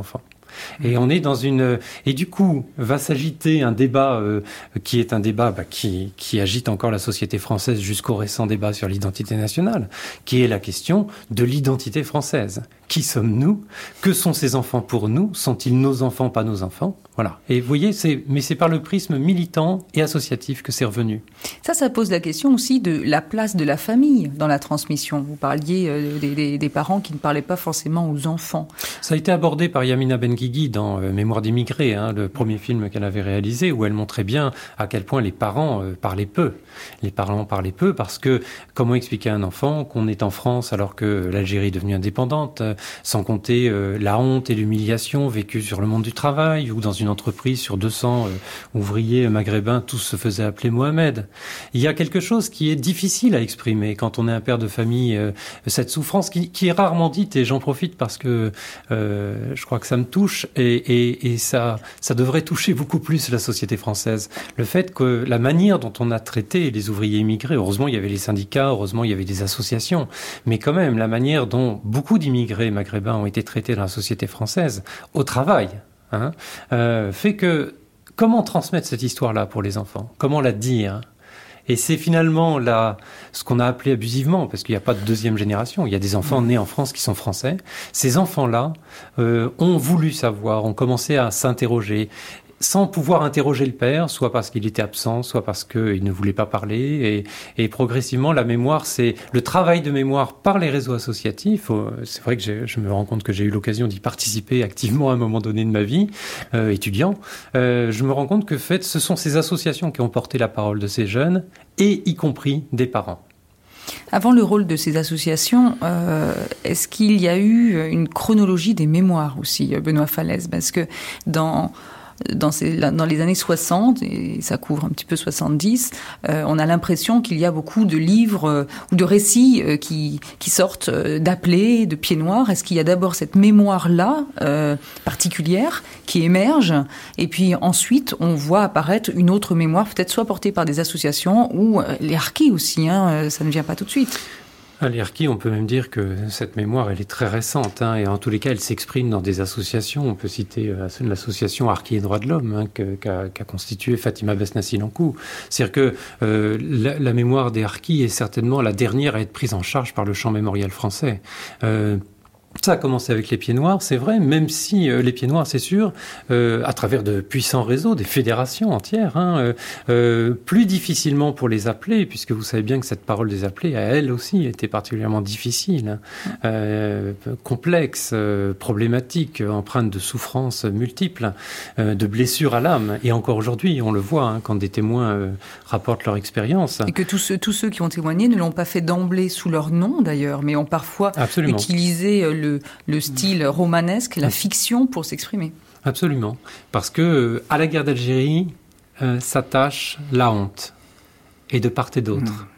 Et on est dans une... Et du coup, va s'agiter un débat euh, qui est un débat bah, qui, qui agite encore la société française jusqu'au récent débat sur l'identité nationale, qui est la question de l'identité française. Qui sommes-nous ? Que sont ces enfants pour nous ? Sont-ils nos enfants, pas nos enfants ? Voilà. Et vous voyez, c'est, mais c'est par le prisme militant et associatif que c'est revenu. Ça, ça pose la question aussi de la place de la famille dans la transmission. Vous parliez euh, des, des, des parents qui ne parlaient pas forcément aux enfants. Ça a été abordé par Yamina Benguigui dans euh, Mémoire d'immigrés, hein, le premier film qu'elle avait réalisé, où elle montrait bien à quel point les parents euh, parlaient peu. Les parents parlaient peu parce que comment expliquer à un enfant qu'on est en France alors que l'Algérie est devenue indépendante, euh, sans compter euh, la honte et l'humiliation vécue sur le monde du travail ou dans une entreprise sur deux cents euh, ouvriers maghrébins, tous se faisaient appeler Mohamed. Il y a quelque chose qui est difficile à exprimer quand on est un père de famille, euh, cette souffrance qui, qui est rarement dite, et j'en profite parce que euh, je crois que ça me touche et, et, et ça, ça devrait toucher beaucoup plus la société française. Le fait que la manière dont on a traité les ouvriers immigrés, heureusement il y avait les syndicats, heureusement il y avait des associations, mais quand même la manière dont beaucoup d'immigrés maghrébins ont été traités dans la société française au travail, Hein, euh, fait que comment transmettre cette histoire-là pour les enfants ? Comment la dire ? Et c'est finalement la, ce qu'on a appelé abusivement, parce qu'il n'y a pas de deuxième génération, il y a des enfants nés en France qui sont français. Ces enfants-là euh, ont voulu savoir, ont commencé à s'interroger, sans pouvoir interroger le père, soit parce qu'il était absent, soit parce qu'il ne voulait pas parler. Et, et progressivement, la mémoire, c'est le travail de mémoire par les réseaux associatifs. C'est vrai que j'ai, je me rends compte que j'ai eu l'occasion d'y participer activement à un moment donné de ma vie, euh, étudiant. Euh, je me rends compte que, en fait, ce sont ces associations qui ont porté la parole de ces jeunes, et y compris des parents. Avant le rôle de ces associations, euh, est-ce qu'il y a eu une chronologie des mémoires aussi, Benoît Falaise ? Parce que dans... Dans, ces, dans les années soixante, et ça couvre un petit peu soixante-dix, euh, on a l'impression qu'il y a beaucoup de livres euh, ou de récits euh, qui, qui sortent euh, d'appelés, de pieds noirs. Est-ce qu'il y a d'abord cette mémoire-là, euh, particulière, qui émerge, et puis ensuite on voit apparaître une autre mémoire, peut-être soit portée par des associations ou euh, les harkis aussi, hein, ça ne vient pas tout de suite. À l'I R K I, on peut même dire que cette mémoire, elle est très récente, hein, et en tous les cas, elle s'exprime dans des associations. On peut citer euh, l'association Harkis et Droits de l'Homme, hein, que, qu'a, qu'a constituée Fatima Besnassi-Lankou. C'est-à-dire que euh, la, la mémoire des Harkis est certainement la dernière à être prise en charge par le Champ mémorial français. Euh, Ça a commencé avec les Pieds Noirs, c'est vrai, même si euh, les Pieds Noirs, c'est sûr, euh, à travers de puissants réseaux, des fédérations entières, hein, euh, euh, plus difficilement pour les appelés, puisque vous savez bien que cette parole des appelés, à elle aussi, était particulièrement difficile, euh, complexe, euh, problématique, empreinte de souffrances multiples, euh, de blessures à l'âme. Et encore aujourd'hui, on le voit, hein, quand des témoins euh, rapportent leur expérience. Et que tous ceux, tous ceux qui ont témoigné ne l'ont pas fait d'emblée sous leur nom, d'ailleurs, mais ont parfois Absolument. utilisé euh, Le, le style romanesque, la fiction pour s'exprimer. Absolument. Parce que euh, à la guerre d'Algérie euh, s'attache la honte, et de part et d'autre. Mmh.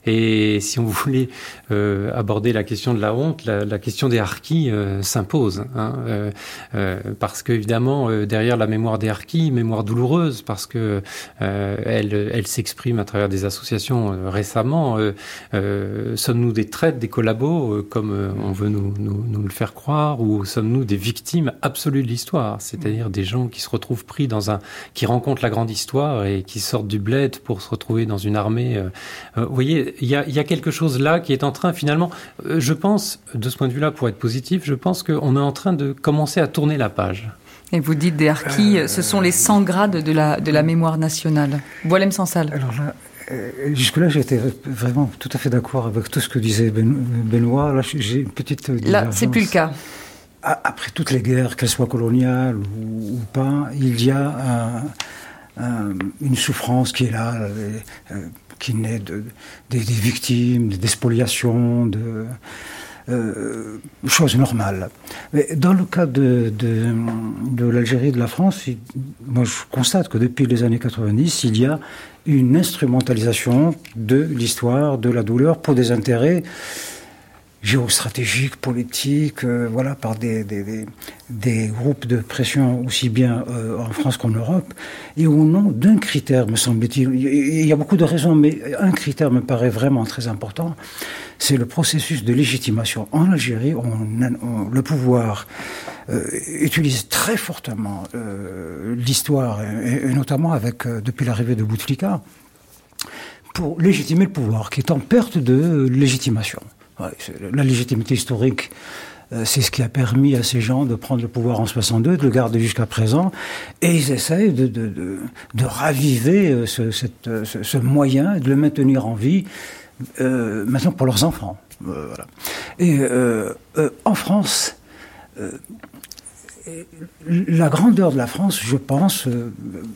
Et si on voulait euh, aborder la question de la honte, la, la question des harkis euh, s'impose, hein, euh, euh, parce qu'évidemment euh, derrière la mémoire des harkis, mémoire douloureuse, parce que euh, elle, elle s'exprime à travers des associations euh, récemment. Euh, euh, sommes-nous des traîtres, des collabos, euh, comme euh, on veut nous, nous, nous le faire croire, ou sommes-nous des victimes absolues de l'histoire, c'est-à-dire des gens qui se retrouvent pris dans un, qui rencontrent la grande histoire et qui sortent du bled pour se retrouver dans une armée. Euh, euh, vous voyez. Il y, a, il y a quelque chose là qui est en train, finalement, euh, je pense, de ce point de vue-là, pour être positif, je pense qu'on est en train de commencer à tourner la page. Et vous dites des harkis, euh, ce sont les cent grades de la, de la mémoire nationale. Boualem Sansal. Alors là, euh, jusque-là, j'étais vraiment tout à fait d'accord avec tout ce que disait Benoît. Là, j'ai une petite divergence. Là, c'est plus le cas. Après toutes les guerres, qu'elles soient coloniales ou, ou pas, il y a un, un, une souffrance qui est là, euh, qui naît de, des, des victimes, des spoliations, de euh, choses normales. Mais dans le cas de, de, de l'Algérie et de la France, il, moi je constate que depuis les années quatre-vingt-dix, il y a une instrumentalisation de l'histoire, de la douleur, pour des intérêts géostratégiques, politiques, euh, voilà, par des, des, des, des groupes de pression aussi bien euh, en France qu'en Europe, et au nom d'un critère, me semble-t-il. Il y a beaucoup de raisons, mais un critère me paraît vraiment très important, c'est le processus de légitimation. En Algérie, on, on, le pouvoir euh, utilise très fortement euh, l'histoire, et, et notamment avec, euh, depuis l'arrivée de Bouteflika, pour légitimer le pouvoir, qui est en perte de légitimation. Ouais, la légitimité historique, euh, c'est ce qui a permis à ces gens de prendre le pouvoir en soixante-deux, de le garder jusqu'à présent, et ils essayent de, de, de, de raviver ce, cette, ce, ce moyen, de le maintenir en vie, euh, maintenant pour leurs enfants. Euh, voilà. Et euh, euh, en France, euh, la grandeur de la France, je pense, euh,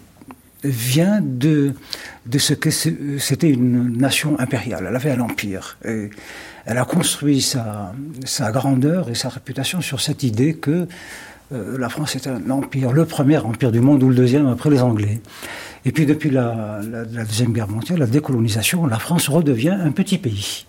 vient de, de ce que c'était une nation impériale. Elle avait un empire. Et elle a construit sa, sa grandeur et sa réputation sur cette idée que euh, la France est un empire, le premier empire du monde ou le deuxième après les Anglais. Et puis depuis la, la, la Deuxième Guerre mondiale, la décolonisation, la France redevient un petit pays.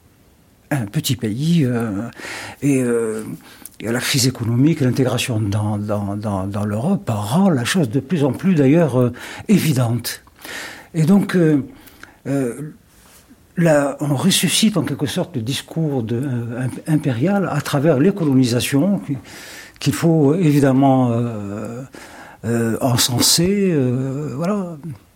Un petit pays. Euh, et... Euh, Et la crise économique et l'intégration dans, dans, dans, dans l'Europe rend la chose de plus en plus, d'ailleurs, euh, évidente. Et donc, euh, euh, là, on ressuscite en quelque sorte le discours de, euh, impérial à travers les colonisations, qu'il faut évidemment euh, euh, encenser. Euh, voilà.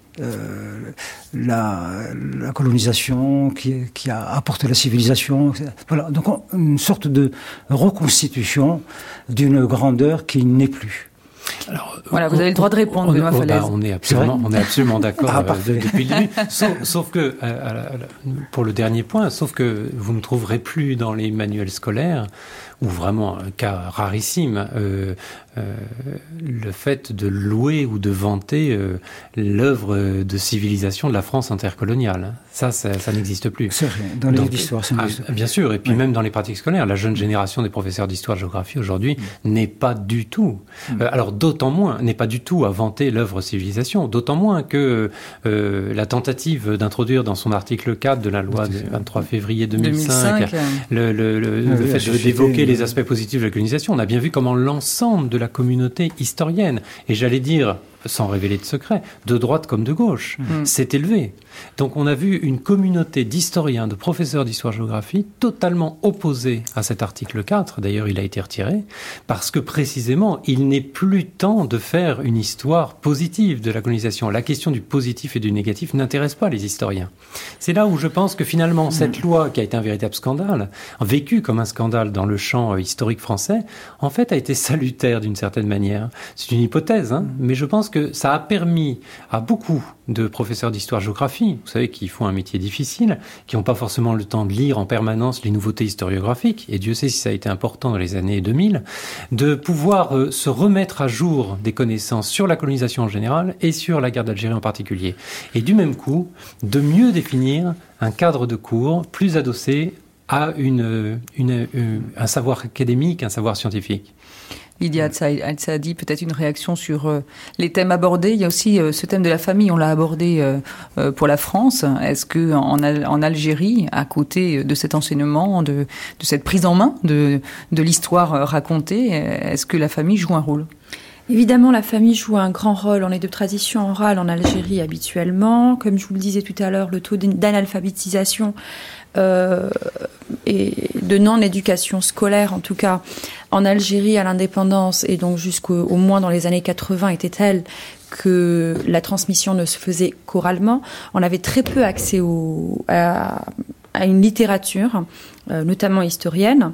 Euh, la, la colonisation qui, qui a apporté la civilisation, voilà, donc on, une sorte de reconstitution d'une grandeur qui n'est plus. Alors, voilà, vous avez le droit de répondre, Benoît on, Falaise. bah, on est absolument, on est absolument d'accord ah, euh, depuis le début. Sauf, sauf que, euh, pour le dernier point, sauf que vous ne trouverez plus dans les manuels scolaires, ou vraiment un cas rarissime, euh, euh, le fait de louer ou de vanter euh, l'œuvre de civilisation de la France intercoloniale. Ça, ça, ça n'existe plus. C'est vrai, dans les livres d'histoire, ça n'existe plus. Bien sûr, et puis oui. Même dans les pratiques scolaires, la jeune génération des professeurs d'histoire-géographie aujourd'hui mmh. n'est pas du tout, mmh. euh, alors d'autant moins, n'est pas du tout à vanter l'œuvre civilisation, d'autant moins que euh, la tentative d'introduire dans son article quatre de la loi du vingt-trois février deux mille cinq, deux mille cinq le, le, le, oui, le fait d'évoquer les aspects positifs de la colonisation, on a bien vu comment l'ensemble de la communauté historienne, et j'allais dire, sans révéler de secret, de droite comme de gauche, mmh. s'est élevée. Donc on a vu une communauté d'historiens, de professeurs d'histoire-géographie totalement opposée à cet article quatre, d'ailleurs il a été retiré, parce que précisément il n'est plus temps de faire une histoire positive de la colonisation. La question du positif et du négatif n'intéresse pas les historiens. C'est là où je pense que finalement mmh. cette loi, qui a été un véritable scandale, vécue comme un scandale dans le champ historique français, en fait a été salutaire d'une certaine manière. C'est une hypothèse, hein, mais je pense que ça a permis à beaucoup de professeurs d'histoire-géographie, vous savez, qui font un métier difficile, qui n'ont pas forcément le temps de lire en permanence les nouveautés historiographiques, et Dieu sait si ça a été important dans les années deux mille, de pouvoir euh, se remettre à jour des connaissances sur la colonisation en général et sur la guerre d'Algérie en particulier. Et du même coup, de mieux définir un cadre de cours plus adossé à une, une, une, un savoir académique, un savoir scientifique. Lydia Al-Saadi, peut-être une réaction sur euh, les thèmes abordés. Il y a aussi euh, ce thème de la famille, on l'a abordé euh, euh, pour la France. Est-ce que en, en Algérie, à côté de cet enseignement, de, de cette prise en main de, de l'histoire racontée, est-ce que la famille joue un rôle ? Évidemment, la famille joue un grand rôle. On est de tradition orale en Algérie habituellement. Comme je vous le disais tout à l'heure, le taux d'analphabétisation euh, et de non-éducation scolaire, en tout cas, en Algérie à l'indépendance, et donc jusqu'au au moins dans les années quatre-vingts, était tel que la transmission ne se faisait qu'oralement. On avait très peu accès au, à, à une littérature, euh, notamment historienne.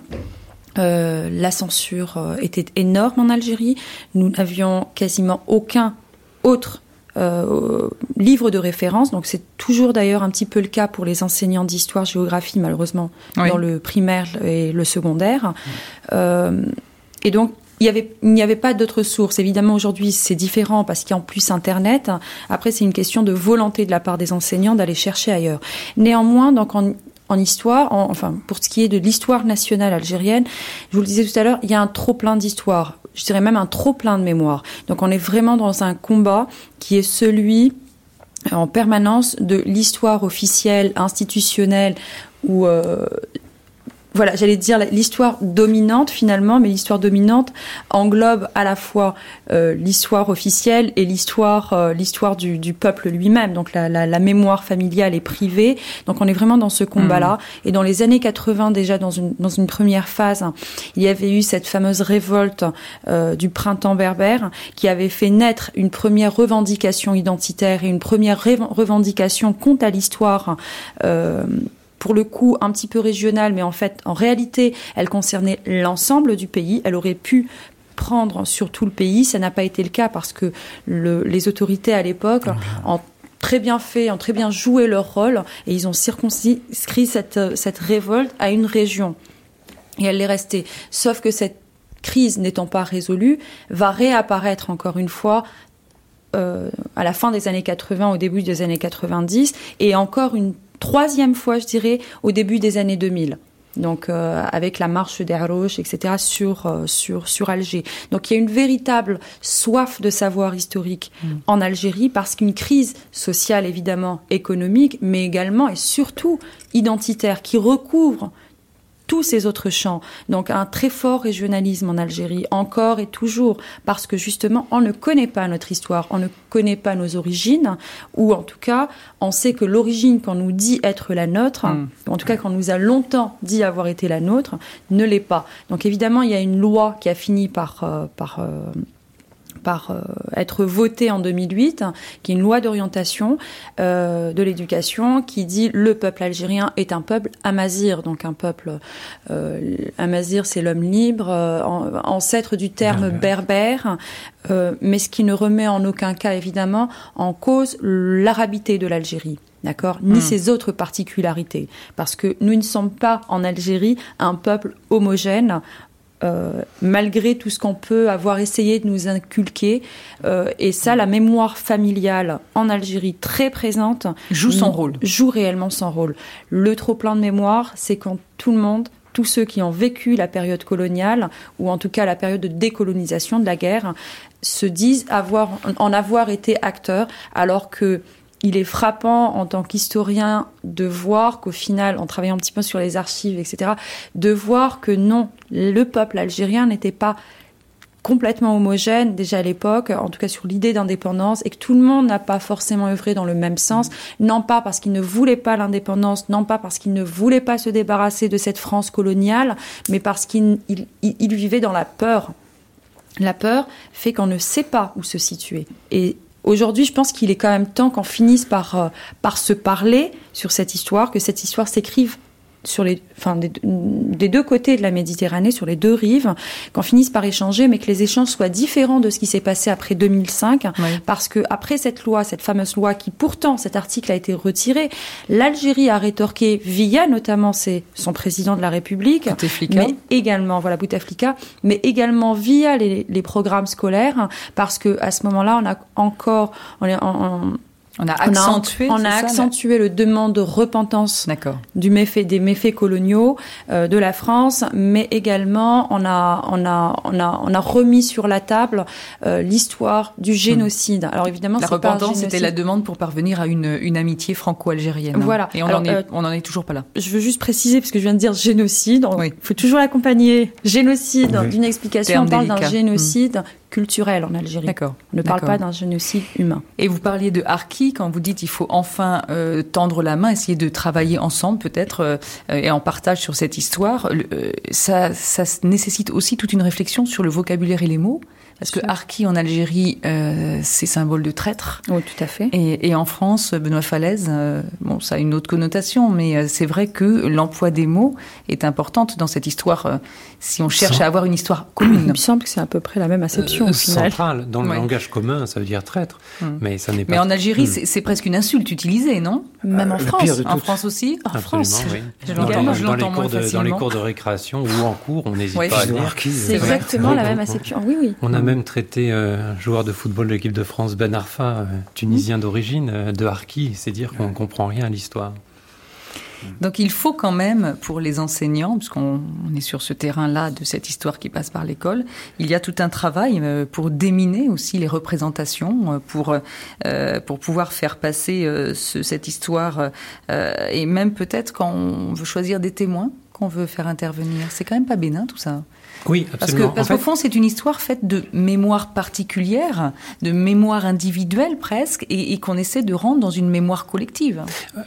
Euh, la censure euh, était énorme en Algérie. Nous n'avions quasiment aucun autre euh, livre de référence. Donc c'est toujours d'ailleurs un petit peu le cas pour les enseignants d'histoire-géographie, malheureusement, oui. dans le primaire et le secondaire. Mmh. Euh, et donc il y avait, il n'y avait pas d'autres sources. Évidemment, aujourd'hui, c'est différent parce qu'il y a en plus Internet. Après, c'est une question de volonté de la part des enseignants d'aller chercher ailleurs. Néanmoins, donc en En histoire, en, enfin, pour ce qui est de l'histoire nationale algérienne, je vous le disais tout à l'heure, il y a un trop-plein d'histoire. Je dirais même un trop-plein de mémoire. Donc on est vraiment dans un combat qui est celui, en permanence, de l'histoire officielle, institutionnelle, ou euh, voilà, j'allais dire l'histoire dominante finalement, mais l'histoire dominante englobe à la fois euh, l'histoire officielle et l'histoire, euh, l'histoire du, du peuple lui-même. Donc la, la, la mémoire familiale est privée. Donc on est vraiment dans ce combat-là. Mmh. Et dans les années quatre-vingts déjà, dans une dans une première phase, il y avait eu cette fameuse révolte euh, du printemps berbère qui avait fait naître une première revendication identitaire et une première ré- revendication quant à l'histoire. Euh, pour le coup un petit peu régionale, mais en fait, en réalité, elle concernait l'ensemble du pays. Elle aurait pu prendre sur tout le pays. Ça n'a pas été le cas parce que le, les autorités à l'époque ont très bien fait, ont très bien joué leur rôle et ils ont circonscrit cette, cette révolte à une région. Et elle est restée. Sauf que cette crise n'étant pas résolue, va réapparaître encore une fois euh, à la fin des années quatre-vingts, au début des années quatre-vingt-dix, et encore une troisième fois, je dirais, au début des années deux mille. Donc, euh, avec la marche des Harouches, et cetera, sur, euh, sur, sur Alger. Donc, il y a une véritable soif de savoir historique mmh. en Algérie, parce qu'une crise sociale, évidemment, économique, mais également et surtout identitaire, qui recouvre tous ces autres champs. Donc un très fort régionalisme en Algérie, encore et toujours, parce que justement, on ne connaît pas notre histoire, on ne connaît pas nos origines, ou en tout cas, on sait que l'origine qu'on nous dit être la nôtre, mmh. en tout cas qu'on nous a longtemps dit avoir été la nôtre, ne l'est pas. Donc évidemment, il y a une loi qui a fini par... Euh, par euh, par euh, être votée en deux mille huit, qui est une loi d'orientation euh, de l'éducation qui dit le peuple algérien est un peuple amazigh, donc un peuple euh, amazigh, c'est l'homme libre, euh, ancêtre du terme berbère, euh, mais ce qui ne remet en aucun cas évidemment en cause l'arabité de l'Algérie. D'accord, ni mmh. ses autres particularités, parce que nous ne sommes pas en Algérie un peuple homogène. Euh, malgré tout ce qu'on peut avoir essayé de nous inculquer. Euh, et ça, la mémoire familiale en Algérie, très présente, joue son rôle. Joue réellement son rôle. Le trop-plein de mémoire, c'est quand tout le monde, tous ceux qui ont vécu la période coloniale, ou en tout cas la période de décolonisation de la guerre, se disent avoir, en avoir été acteurs, alors que il est frappant en tant qu'historien de voir qu'au final, en travaillant un petit peu sur les archives, et cetera, de voir que non, le peuple algérien n'était pas complètement homogène déjà à l'époque, en tout cas sur l'idée d'indépendance, et que tout le monde n'a pas forcément œuvré dans le même sens, non pas parce qu'il ne voulait pas l'indépendance, non pas parce qu'il ne voulait pas se débarrasser de cette France coloniale, mais parce qu'il il, il vivait dans la peur. La peur fait qu'on ne sait pas où se situer. Et aujourd'hui, je pense qu'il est quand même temps qu'on finisse par, euh, par se parler sur cette histoire, que cette histoire s'écrive sur les, enfin, des, des deux côtés de la Méditerranée, sur les deux rives, qu'on finisse par échanger, mais que les échanges soient différents de ce qui s'est passé après deux mille cinq, oui. Parce que après cette loi, cette fameuse loi qui pourtant, cet article a été retiré, l'Algérie a rétorqué via notamment ses, son président de la République, Bouteflika. mais également, voilà, Bouteflika, mais également via les, les programmes scolaires, parce que à ce moment-là, on a encore, on est en, en On a accentué, on a, on a ça, accentué le demande de repentance D'accord. du méfait, des méfaits coloniaux euh, de la France, mais également on a, on a, on a, on a remis sur la table euh, l'histoire du génocide. Alors évidemment, la c'est repentance, pas c'était la demande pour parvenir à une, une amitié franco-algérienne. Hein. Voilà. Et on Alors, en est, euh, on en est toujours pas là. Je veux juste préciser parce que je viens de dire génocide. Il oui. faut toujours l'accompagner. Génocide oui. d'une explication. Terme on parle délicat. d'un génocide. Mmh. culturel en Algérie. D'accord. On ne parle D'accord. pas d'un génocide humain. Et vous parliez de Harki quand vous dites il faut enfin euh, tendre la main, essayer de travailler ensemble peut-être euh, et en partage sur cette histoire. Euh, ça, ça nécessite aussi toute une réflexion sur le vocabulaire et les mots. Parce que Harki en Algérie, euh, c'est symbole de traître. Oui, tout à fait. Et, et en France, Benoît Falaise, euh, bon, ça a une autre connotation, mais euh, c'est vrai que l'emploi des mots est importante dans cette histoire. Euh, si on cherche Sans... à avoir une histoire commune. Il me semble que c'est à peu près la même acception euh, au final. Centrale, dans le ouais. langage commun, ça veut dire traître, hum. mais ça n'est pas. Mais en Algérie, hum. c'est, c'est presque une insulte utilisée, non ? Même en euh, France. En France aussi. En France. Oui. Je dans, l'entends, dans, je dans, l'entends les cours moins de, dans les cours de récréation ou en cours, on n'hésite ouais. pas à dire. C'est, c'est exactement la même acception. Oui, oui. On a même traité euh, un joueur de football de l'équipe de France, Ben Arfa, euh, tunisien mmh. d'origine, euh, de Harki. C'est dire qu'on ne comprend rien à l'histoire. Donc il faut quand même, pour les enseignants, puisqu'on on est sur ce terrain-là de cette histoire qui passe par l'école, il y a tout un travail pour déminer aussi les représentations, pour, euh, pour pouvoir faire passer euh, ce, cette histoire, euh, et même peut-être quand on veut choisir des témoins, qu'on veut faire intervenir. C'est quand même pas bénin tout ça. Oui, absolument. Parce, que, parce en qu'au fait... fond, c'est une histoire faite de mémoire particulière, de mémoire individuelle presque, et, et qu'on essaie de rendre dans une mémoire collective.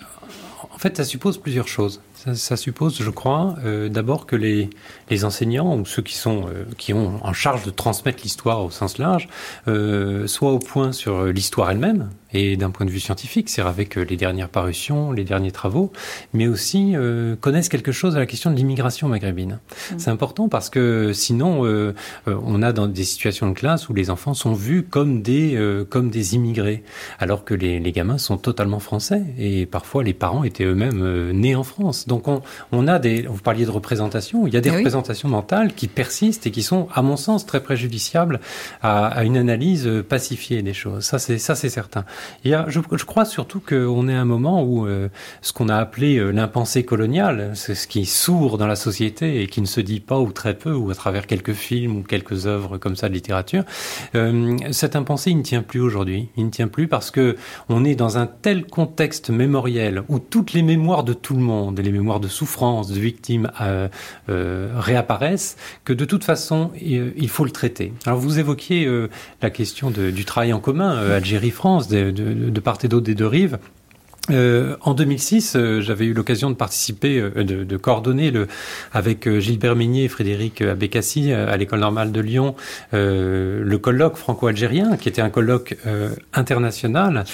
En fait, ça suppose plusieurs choses. Ça, ça suppose, je crois, euh, d'abord que les, les enseignants ou ceux qui sont euh, qui ont en charge de transmettre l'histoire au sens large euh, soient au point sur l'histoire elle-même et d'un point de vue scientifique, c'est avec les dernières parutions, les derniers travaux, mais aussi euh, connaissent quelque chose à la question de l'immigration maghrébine. Mmh. C'est important parce que sinon, euh, euh, on a dans des situations de classe où les enfants sont vus comme des euh, comme des immigrés, alors que les, les gamins sont totalement français et parfois les parents étaient eux-mêmes euh, nés en France. Donc on, on a des, vous parliez de représentation, il y a des oui. représentations mentales qui persistent et qui sont, à mon sens, très préjudiciables à, à une analyse pacifiée des choses. Ça, c'est ça, c'est certain. Il y a, je, je crois surtout qu'on est à un moment où euh, ce qu'on a appelé euh, l'impensé colonial, c'est ce qui est sourd dans la société et qui ne se dit pas ou très peu, ou à travers quelques films ou quelques œuvres comme ça de littérature, euh, cet impensé, il ne tient plus aujourd'hui. Il ne tient plus parce que on est dans un tel contexte mémoriel où toutes les mémoires de tout le monde, les mémoires de souffrance, de victimes euh, euh, réapparaissent, que de toute façon, il, il faut le traiter. Alors vous évoquiez euh, la question de, du travail en commun, euh, Algérie-France, de, de, de part et d'autre des deux rives. Euh, en deux mille six, euh, j'avais eu l'occasion de participer, euh, de, de coordonner le, avec euh, Gilbert Migné et Frédéric Abécassi euh, à l'École normale de Lyon, euh, le colloque franco-algérien, qui était un colloque euh, international,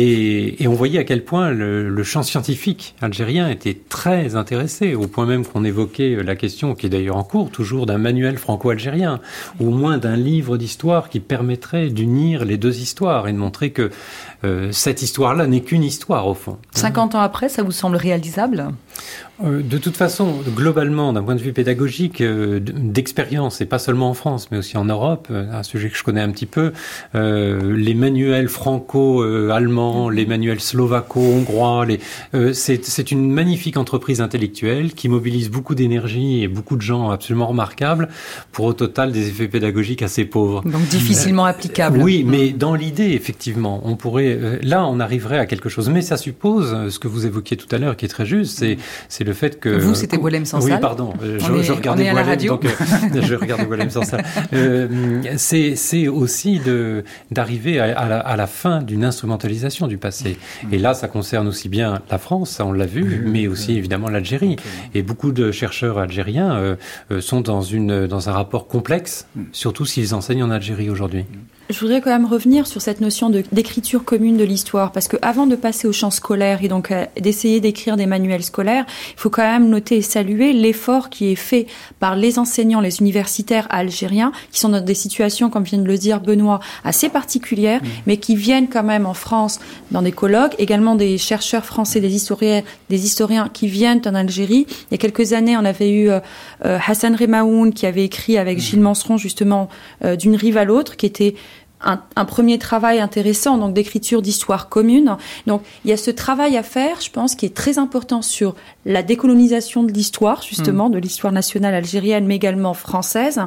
et, et on voyait à quel point le, le champ scientifique algérien était très intéressé, au point même qu'on évoquait la question, qui est d'ailleurs en cours, toujours d'un manuel franco-algérien, ou au moins d'un livre d'histoire qui permettrait d'unir les deux histoires et de montrer que euh, cette histoire-là n'est qu'une histoire, au fond. cinquante ans après, ça vous semble réalisable ? Euh, de toute façon, globalement, d'un point de vue pédagogique, euh, d'expérience, et pas seulement en France, mais aussi en Europe, euh, un sujet que je connais un petit peu, euh, les manuels franco-allemands, les manuels slovaco-hongrois, les, euh, c'est, c'est une magnifique entreprise intellectuelle qui mobilise beaucoup d'énergie et beaucoup de gens absolument remarquables pour au total des effets pédagogiques assez pauvres. Donc difficilement euh, applicables. Oui, mais dans l'idée, effectivement, on pourrait, euh, là, on arriverait à quelque chose. Mais ça suppose, euh, ce que vous évoquiez tout à l'heure, qui est très juste, c'est, c'est le fait que... Vous, c'était Boualem Sansal. Oui, pardon. Euh, je, est, je regardais Boualem, donc euh, je regardais Boualem Sansal. Euh, c'est, c'est aussi de, d'arriver à, à, la, à la fin d'une instrumentalisation du passé. Et là, ça concerne aussi bien la France, ça on l'a vu, mais aussi évidemment l'Algérie. Et beaucoup de chercheurs algériens euh, sont dans, une, dans un rapport complexe, surtout s'ils enseignent en Algérie aujourd'hui. Je voudrais quand même revenir sur cette notion de, d'écriture commune de l'histoire, parce que avant de passer au champ scolaire et donc euh, d'essayer d'écrire des manuels scolaires, il faut quand même noter et saluer l'effort qui est fait par les enseignants, les universitaires algériens, qui sont dans des situations, comme vient de le dire Benoît, assez particulières, mmh. mais qui viennent quand même en France dans des colloques, également des chercheurs français, des historiens, des historiens qui viennent en Algérie. Il y a quelques années, on avait eu euh, Hassan Remaoun qui avait écrit avec mmh. Gilles Manseron justement euh, d'une rive à l'autre, qui était Un, un premier travail intéressant, donc d'écriture d'histoire commune. Donc, il y a ce travail à faire, je pense, qui est très important sur la décolonisation de l'histoire, justement, mmh. de l'histoire nationale algérienne, mais également française.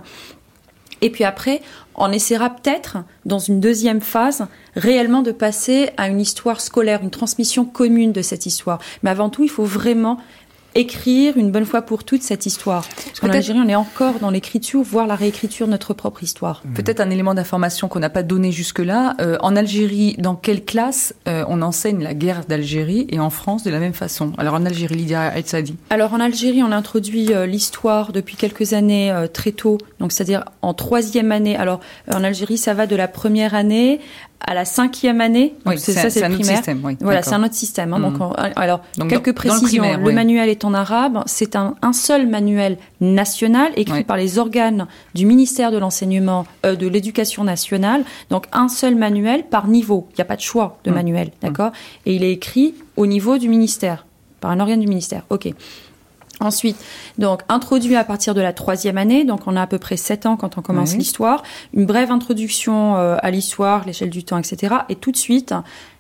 Et puis après, on essaiera peut-être, dans une deuxième phase, réellement de passer à une histoire scolaire, une transmission commune de cette histoire. Mais avant tout, il faut vraiment écrire une bonne fois pour toutes cette histoire. Parce qu'en Algérie, on est encore dans l'écriture, voire la réécriture de notre propre histoire. Peut-être un élément d'information qu'on n'a pas donné jusque-là. Euh, en Algérie, dans quelle classe euh, on enseigne la guerre d'Algérie, et en France de la même façon? Alors en Algérie, Lydia Aïtsadi. Alors en Algérie, on introduit euh, l'histoire depuis quelques années euh, très tôt, donc c'est-à-dire en troisième année. Alors euh, en Algérie, ça va de la première année à la cinquième année, donc oui, c'est, c'est ça, c'est, c'est le primaire. Système, oui, voilà, d'accord. c'est un autre système. Hein, mmh. donc, on, alors, donc, quelques dans, précisions. Dans le, primaire, le oui. manuel est en arabe. C'est un, un seul manuel national écrit oui. par les organes du ministère de l'enseignement, euh, de l'éducation nationale. Donc, un seul manuel par niveau. Il n'y a pas de choix de mmh. manuel, d'accord mmh. Et il est écrit au niveau du ministère, par un organe du ministère. Ok. Ensuite, donc, introduit à partir de la troisième année, donc on a à peu près sept ans quand on commence oui. l'histoire, une brève introduction euh, à l'histoire, l'échelle du temps, et cetera. Et tout de suite,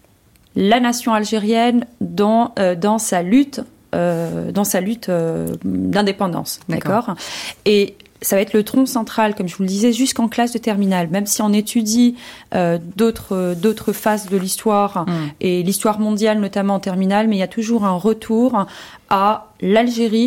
la nation algérienne dans, euh, dans sa lutte, euh, dans sa lutte euh, d'indépendance, d'accord, d'accord Et ça va être le tronc central, comme je vous le disais, jusqu'en classe de terminale. Même si on étudie euh, d'autres, d'autres phases de l'histoire, mmh. et l'histoire mondiale notamment en terminale, mais il y a toujours un retour à l'Algérie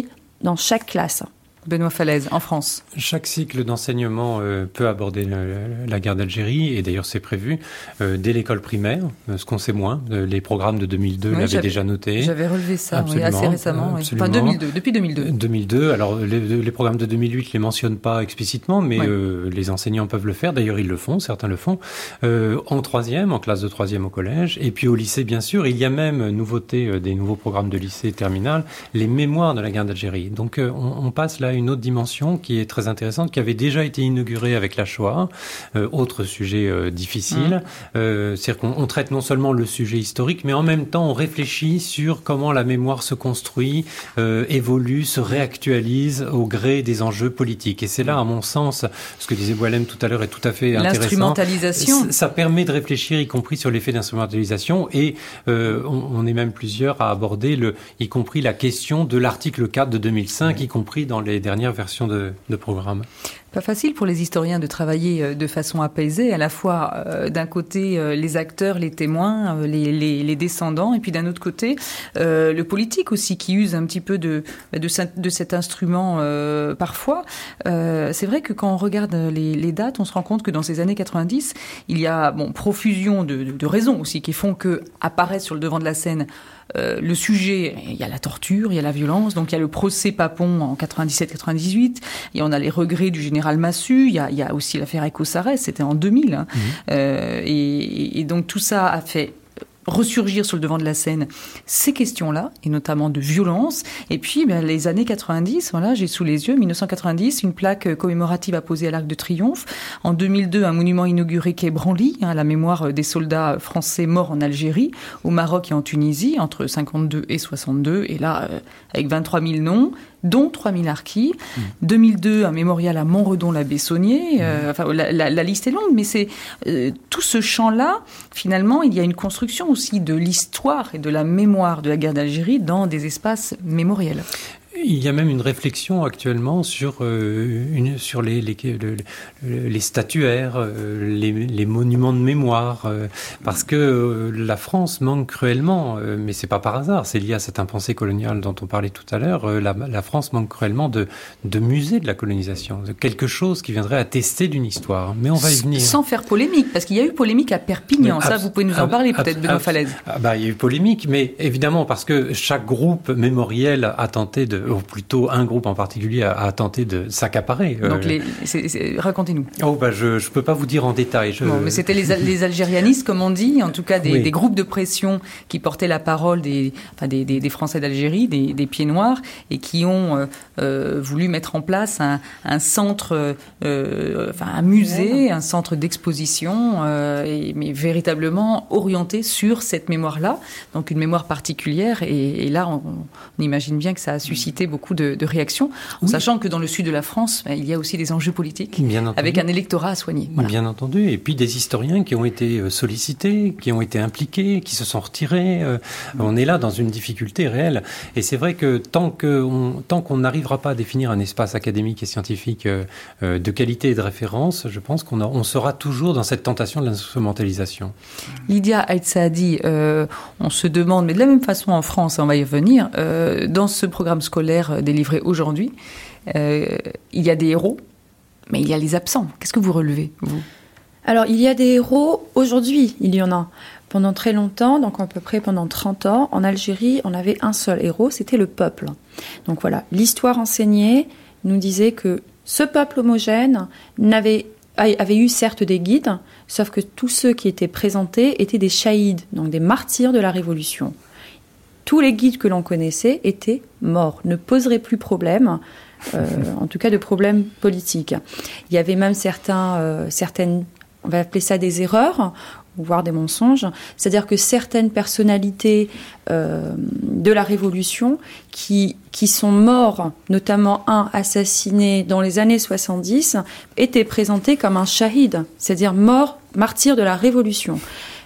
dans chaque classe. Benoît Falaise, en France. Chaque cycle d'enseignement euh, peut aborder le, la guerre d'Algérie, et d'ailleurs c'est prévu euh, dès l'école primaire, euh, ce qu'on sait moins. Euh, les programmes de deux mille deux oui, l'avaient déjà noté. J'avais relevé ça oui, assez récemment. Oui. Enfin deux mille deux, depuis deux mille deux. deux mille deux, alors les, les programmes de deux mille huit ne les mentionnent pas explicitement, mais oui. euh, les enseignants peuvent le faire. D'ailleurs ils le font, certains le font. Euh, en troisième, en classe de troisième au collège, et puis au lycée bien sûr. Il y a même, nouveauté euh, des nouveaux programmes de lycée terminal, les mémoires de la guerre d'Algérie. Donc euh, on, on passe là une autre dimension qui est très intéressante, qui avait déjà été inaugurée avec la Shoah, euh, autre sujet euh, difficile. Mmh. Euh, c'est-à-dire qu'on on traite non seulement le sujet historique, mais en même temps on réfléchit sur comment la mémoire se construit, euh, évolue, se réactualise au gré des enjeux politiques. Et c'est là, à mon sens, ce que disait Boualem tout à l'heure est tout à fait intéressant. L'instrumentalisation. Ça permet de réfléchir, y compris sur l'effet d'instrumentalisation, et euh, on, on est même plusieurs à aborder, le, y compris la question de l'article quatre de deux mille cinq, y compris dans les dernières versions de, de programme. Pas facile pour les historiens de travailler de façon apaisée, à la fois euh, d'un côté euh, les acteurs, les témoins, euh, les, les, les descendants, et puis d'un autre côté euh, le politique aussi qui use un petit peu de, de, de cet instrument euh, parfois. Euh, c'est vrai que quand on regarde les, les dates, on se rend compte que dans ces années quatre-vingt-dix, il y a bon, profusion de, de, de raisons aussi qui font que apparaissent sur le devant de la scène Euh, le sujet, il y a la torture, il y a la violence, donc il y a le procès Papon en quatre-vingt-dix-sept quatre-vingt-dix-huit, et on a les regrets du général Massu, il y a, il y a aussi l'affaire Eco-Sarès, c'était en deux mille, hein. Mmh. Euh, et, et donc tout ça a fait ressurgir sur le devant de la scène ces questions-là, et notamment de violence. Et puis, ben, les années quatre-vingt-dix, voilà, j'ai sous les yeux, dix-neuf cent quatre-vingt-dix, une plaque commémorative apposée à l'Arc de Triomphe. En deux mille deux, un monument inauguré quai Branly, hein, à la mémoire des soldats français morts en Algérie, au Maroc et en Tunisie, entre cinquante-deux et soixante-deux, et là, euh, avec vingt-trois mille noms, dont trois mille harkis. Mmh. deux mille deux, un mémorial à Montredon-la-Bessonnier. Euh, mmh. Enfin, la, la, la liste est longue, mais c'est euh, tout ce champ-là, finalement, il y a une construction aussi de l'histoire et de la mémoire de la guerre d'Algérie dans des espaces mémoriels. Il y a même une réflexion actuellement sur, euh, une, sur les, les, les, les statuaires, euh, les, les monuments de mémoire, euh, parce que euh, la France manque cruellement, euh, mais c'est pas par hasard, c'est lié à cette impensée coloniale dont on parlait tout à l'heure, euh, la, la France manque cruellement de, de musées de la colonisation, de quelque chose qui viendrait attester d'une histoire, mais on va y venir. Sans faire polémique, parce qu'il y a eu polémique à Perpignan, mais ça ab- vous pouvez nous en ab- parler ab- peut-être, Benoît Falaise. Ah bah, il y a eu polémique, mais évidemment parce que chaque groupe mémoriel a tenté de, ou plutôt un groupe en particulier a, a tenté de s'accaparer. Donc, les, c'est, c'est, racontez-nous. Oh, bah, je ne peux pas vous dire en détail. Je... Bon, mais c'était les, les algérianistes, comme on dit, en tout cas des, oui. des groupes de pression qui portaient la parole des, enfin, des, des, des Français d'Algérie, des, des Pieds Noirs, et qui ont euh, euh, voulu mettre en place un, un centre, euh, enfin un musée, un centre d'exposition, euh, et, mais véritablement orienté sur cette mémoire-là, donc une mémoire particulière. Et, et là, on, on imagine bien que ça a suscité beaucoup de, de réactions, en oui. sachant que dans le sud de la France, ben, il y a aussi des enjeux politiques, avec un électorat à soigner. Voilà. Bien entendu, et puis des historiens qui ont été sollicités, qui ont été impliqués, qui se sont retirés. Euh, on est là dans une difficulté réelle. Et c'est vrai que tant qu'on tant qu'on n'arrivera pas à définir un espace académique et scientifique euh, de qualité et de référence, je pense qu'on a, on sera toujours dans cette tentation de l'instrumentalisation. Lydia Aït Saadi, euh, on se demande, mais de la même façon en France, on va y revenir, euh, dans ce programme scolaire délivré aujourd'hui, euh, il y a des héros, mais il y a les absents. Qu'est-ce que vous relevez, vous ? Alors, il y a des héros, aujourd'hui, il y en a. Pendant très longtemps, donc à peu près pendant trente ans, en Algérie, on avait un seul héros, c'était le peuple. Donc voilà, l'histoire enseignée nous disait que ce peuple homogène n'avait, avait eu certes des guides, sauf que tous ceux qui étaient présentés étaient des shahids, donc des martyrs de la Révolution. Tous les guides que l'on connaissait étaient morts, ne poseraient plus problème, euh, en tout cas de problème politique. Il y avait même certains, euh, certaines, on va appeler ça des erreurs, voire des mensonges, c'est-à-dire que certaines personnalités euh, de la Révolution qui, qui sont morts, notamment un assassiné dans les années soixante-dix, étaient présentés comme un shahid, c'est-à-dire mort, martyr de la Révolution.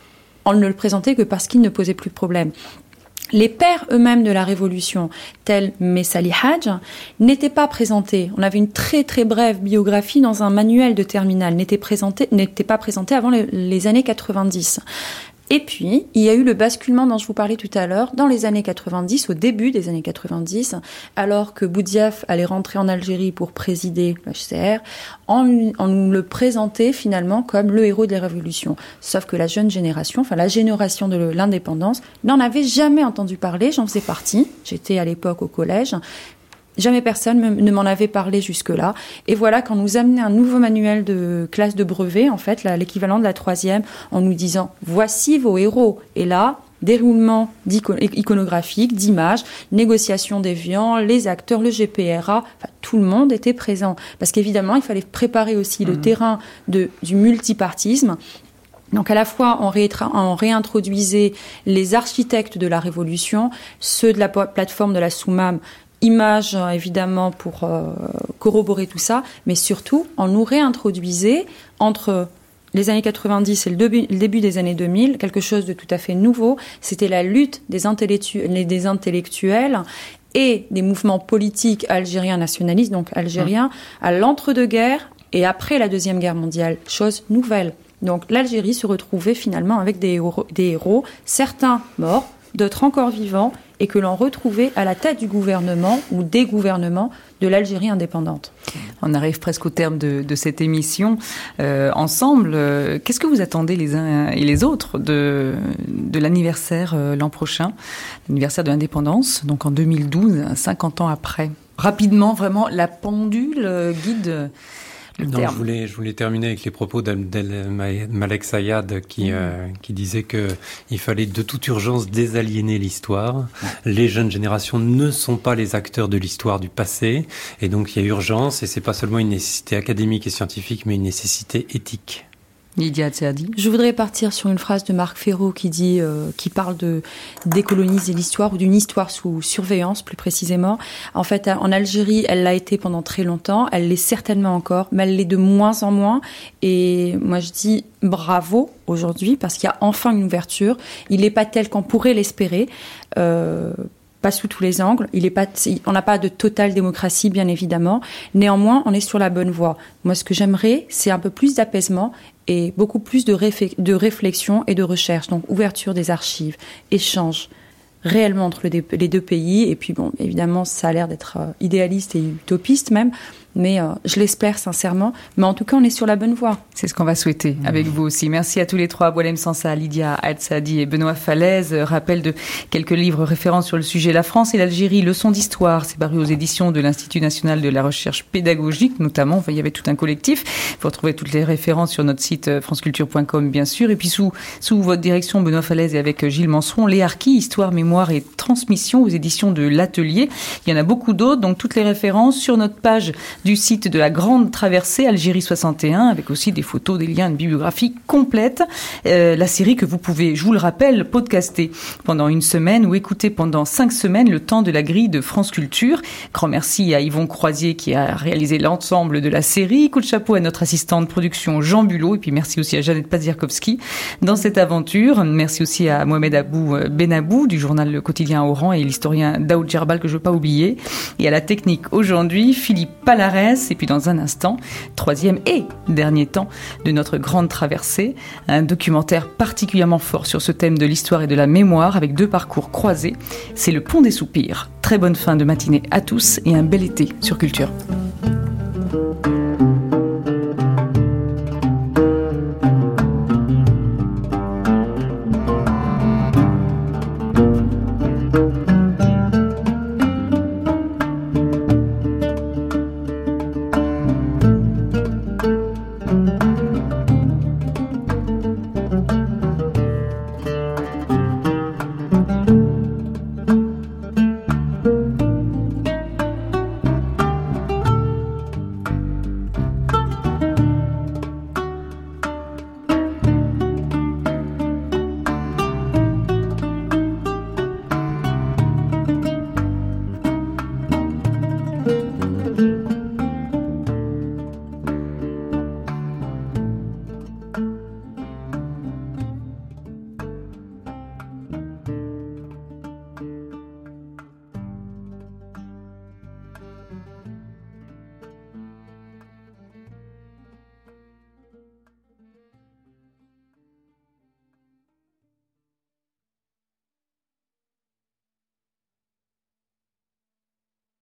On ne le présentait que parce qu'il ne posait plus de problème. Les pères eux-mêmes de la Révolution, tels Messali Hadj, n'étaient pas présentés. On avait une très très brève biographie dans un manuel de terminale, n'était présenté, n'était pas présenté avant les, les années quatre-vingt-dix. Et puis, il y a eu le basculement dont je vous parlais tout à l'heure, dans les années quatre-vingt-dix, au début des années quatre-vingt-dix, alors que Boudiaf allait rentrer en Algérie pour présider l'H C R, on, on nous le présentait finalement comme le héros de la révolution. Sauf que la jeune génération, enfin la génération de l'indépendance, n'en avait jamais entendu parler, j'en faisais partie, j'étais à l'époque au collège. Jamais personne me, ne m'en avait parlé jusque-là. Et voilà, quand nous amenait un nouveau manuel de classe de brevet, en fait, là, l'équivalent de la troisième, en nous disant « Voici vos héros ». Et là, déroulement iconographique, d'images, négociation des viands, les acteurs, le G P R A, enfin, tout le monde était présent. Parce qu'évidemment, il fallait préparer aussi mmh. le terrain de, du multipartisme. Donc à la fois, on, rétra- on réintroduisait les architectes de la Révolution, ceux de la plateforme de la Soumam, images évidemment pour euh, corroborer tout ça, mais surtout on nous réintroduisait entre les années quatre-vingt-dix et le début, le début des années deux mille quelque chose de tout à fait nouveau. C'était la lutte des, intellectu- des intellectuels et des mouvements politiques algériens nationalistes, donc algériens, à l'entre-deux-guerres et après la Deuxième Guerre mondiale, chose nouvelle. Donc l'Algérie se retrouvait finalement avec des héros, des héros certains morts, d'autres encore vivants, et que l'on retrouvait à la tête du gouvernement ou des gouvernements de l'Algérie indépendante. On arrive presque au terme de, de cette émission. Euh, ensemble, euh, qu'est-ce que vous attendez les uns et les autres de, de l'anniversaire euh, l'an prochain, l'anniversaire de l'indépendance, donc en deux mille douze, cinquante ans après? Rapidement, vraiment, la pendule euh, guide... Non, je voulais, je voulais terminer avec les propos d'Abdel Malek Sayad qui, mmh. euh, qui disait que il fallait de toute urgence désaliéner l'histoire. Mmh. Les jeunes générations ne sont pas les acteurs de l'histoire du passé, et donc il y a urgence, et c'est pas seulement une nécessité académique et scientifique, mais une nécessité éthique. Lydia Tserdi. Je voudrais partir sur une phrase de Marc Ferraud qui dit, euh, qui parle de décoloniser l'histoire ou d'une histoire sous surveillance, plus précisément. En fait, en Algérie, elle l'a été pendant très longtemps, elle l'est certainement encore, mais elle l'est de moins en moins. Et moi, je dis bravo aujourd'hui parce qu'il y a enfin une ouverture. Il n'est pas tel qu'on pourrait l'espérer. Euh, Pas sous tous les angles. Il est pas, on n'a pas de totale démocratie, bien évidemment. Néanmoins, on est sur la bonne voie. Moi, ce que j'aimerais, c'est un peu plus d'apaisement et beaucoup plus de, réf- de réflexion et de recherche. Donc, ouverture des archives, échange réellement entre le, les deux pays. Et puis, bon, évidemment, ça a l'air d'être euh, idéaliste et utopiste même. Mais euh, je l'espère sincèrement. Mais en tout cas, on est sur la bonne voie. C'est ce qu'on va souhaiter mmh. avec vous aussi. Merci à tous les trois, Boualem Sansa, Lydia Adsadi et Benoît Falaise. Rappel de quelques livres référents sur le sujet. La France et l'Algérie, leçons d'histoire. C'est paru aux éditions de l'Institut national de la recherche pédagogique, notamment. Enfin, il y avait tout un collectif. Vous retrouvez toutes les références sur notre site franceculture point com, bien sûr. Et puis, sous, sous votre direction, Benoît Falaise et avec Gilles Manseron, les harkis, histoire, mémoire et transmission aux éditions de l'Atelier. Il y en a beaucoup d'autres. Donc, toutes les références sur notre page du site de la Grande Traversée Algérie soixante et un, avec aussi des photos, des liens, une bibliographie complète. Euh, la série que vous pouvez, je vous le rappelle, podcaster pendant une semaine ou écouter pendant cinq semaines le temps de la grille de France Culture. Grand merci à Yvon Croisier qui a réalisé l'ensemble de la série. Coup de chapeau à notre assistant de production Jean Bulot. Et puis merci aussi à Jeannette Paziarkowski dans cette aventure. Merci aussi à Mohamed Abou Benabou du journal Le Quotidien Oran et l'historien Daoud Djerbal que je ne veux pas oublier. Et à la technique aujourd'hui, Philippe Palares. Et puis dans un instant, troisième et dernier temps de notre grande traversée, un documentaire particulièrement fort sur ce thème de l'histoire et de la mémoire avec deux parcours croisés. C'est Le Pont des Soupirs. Très bonne fin de matinée à tous et un bel été sur Culture.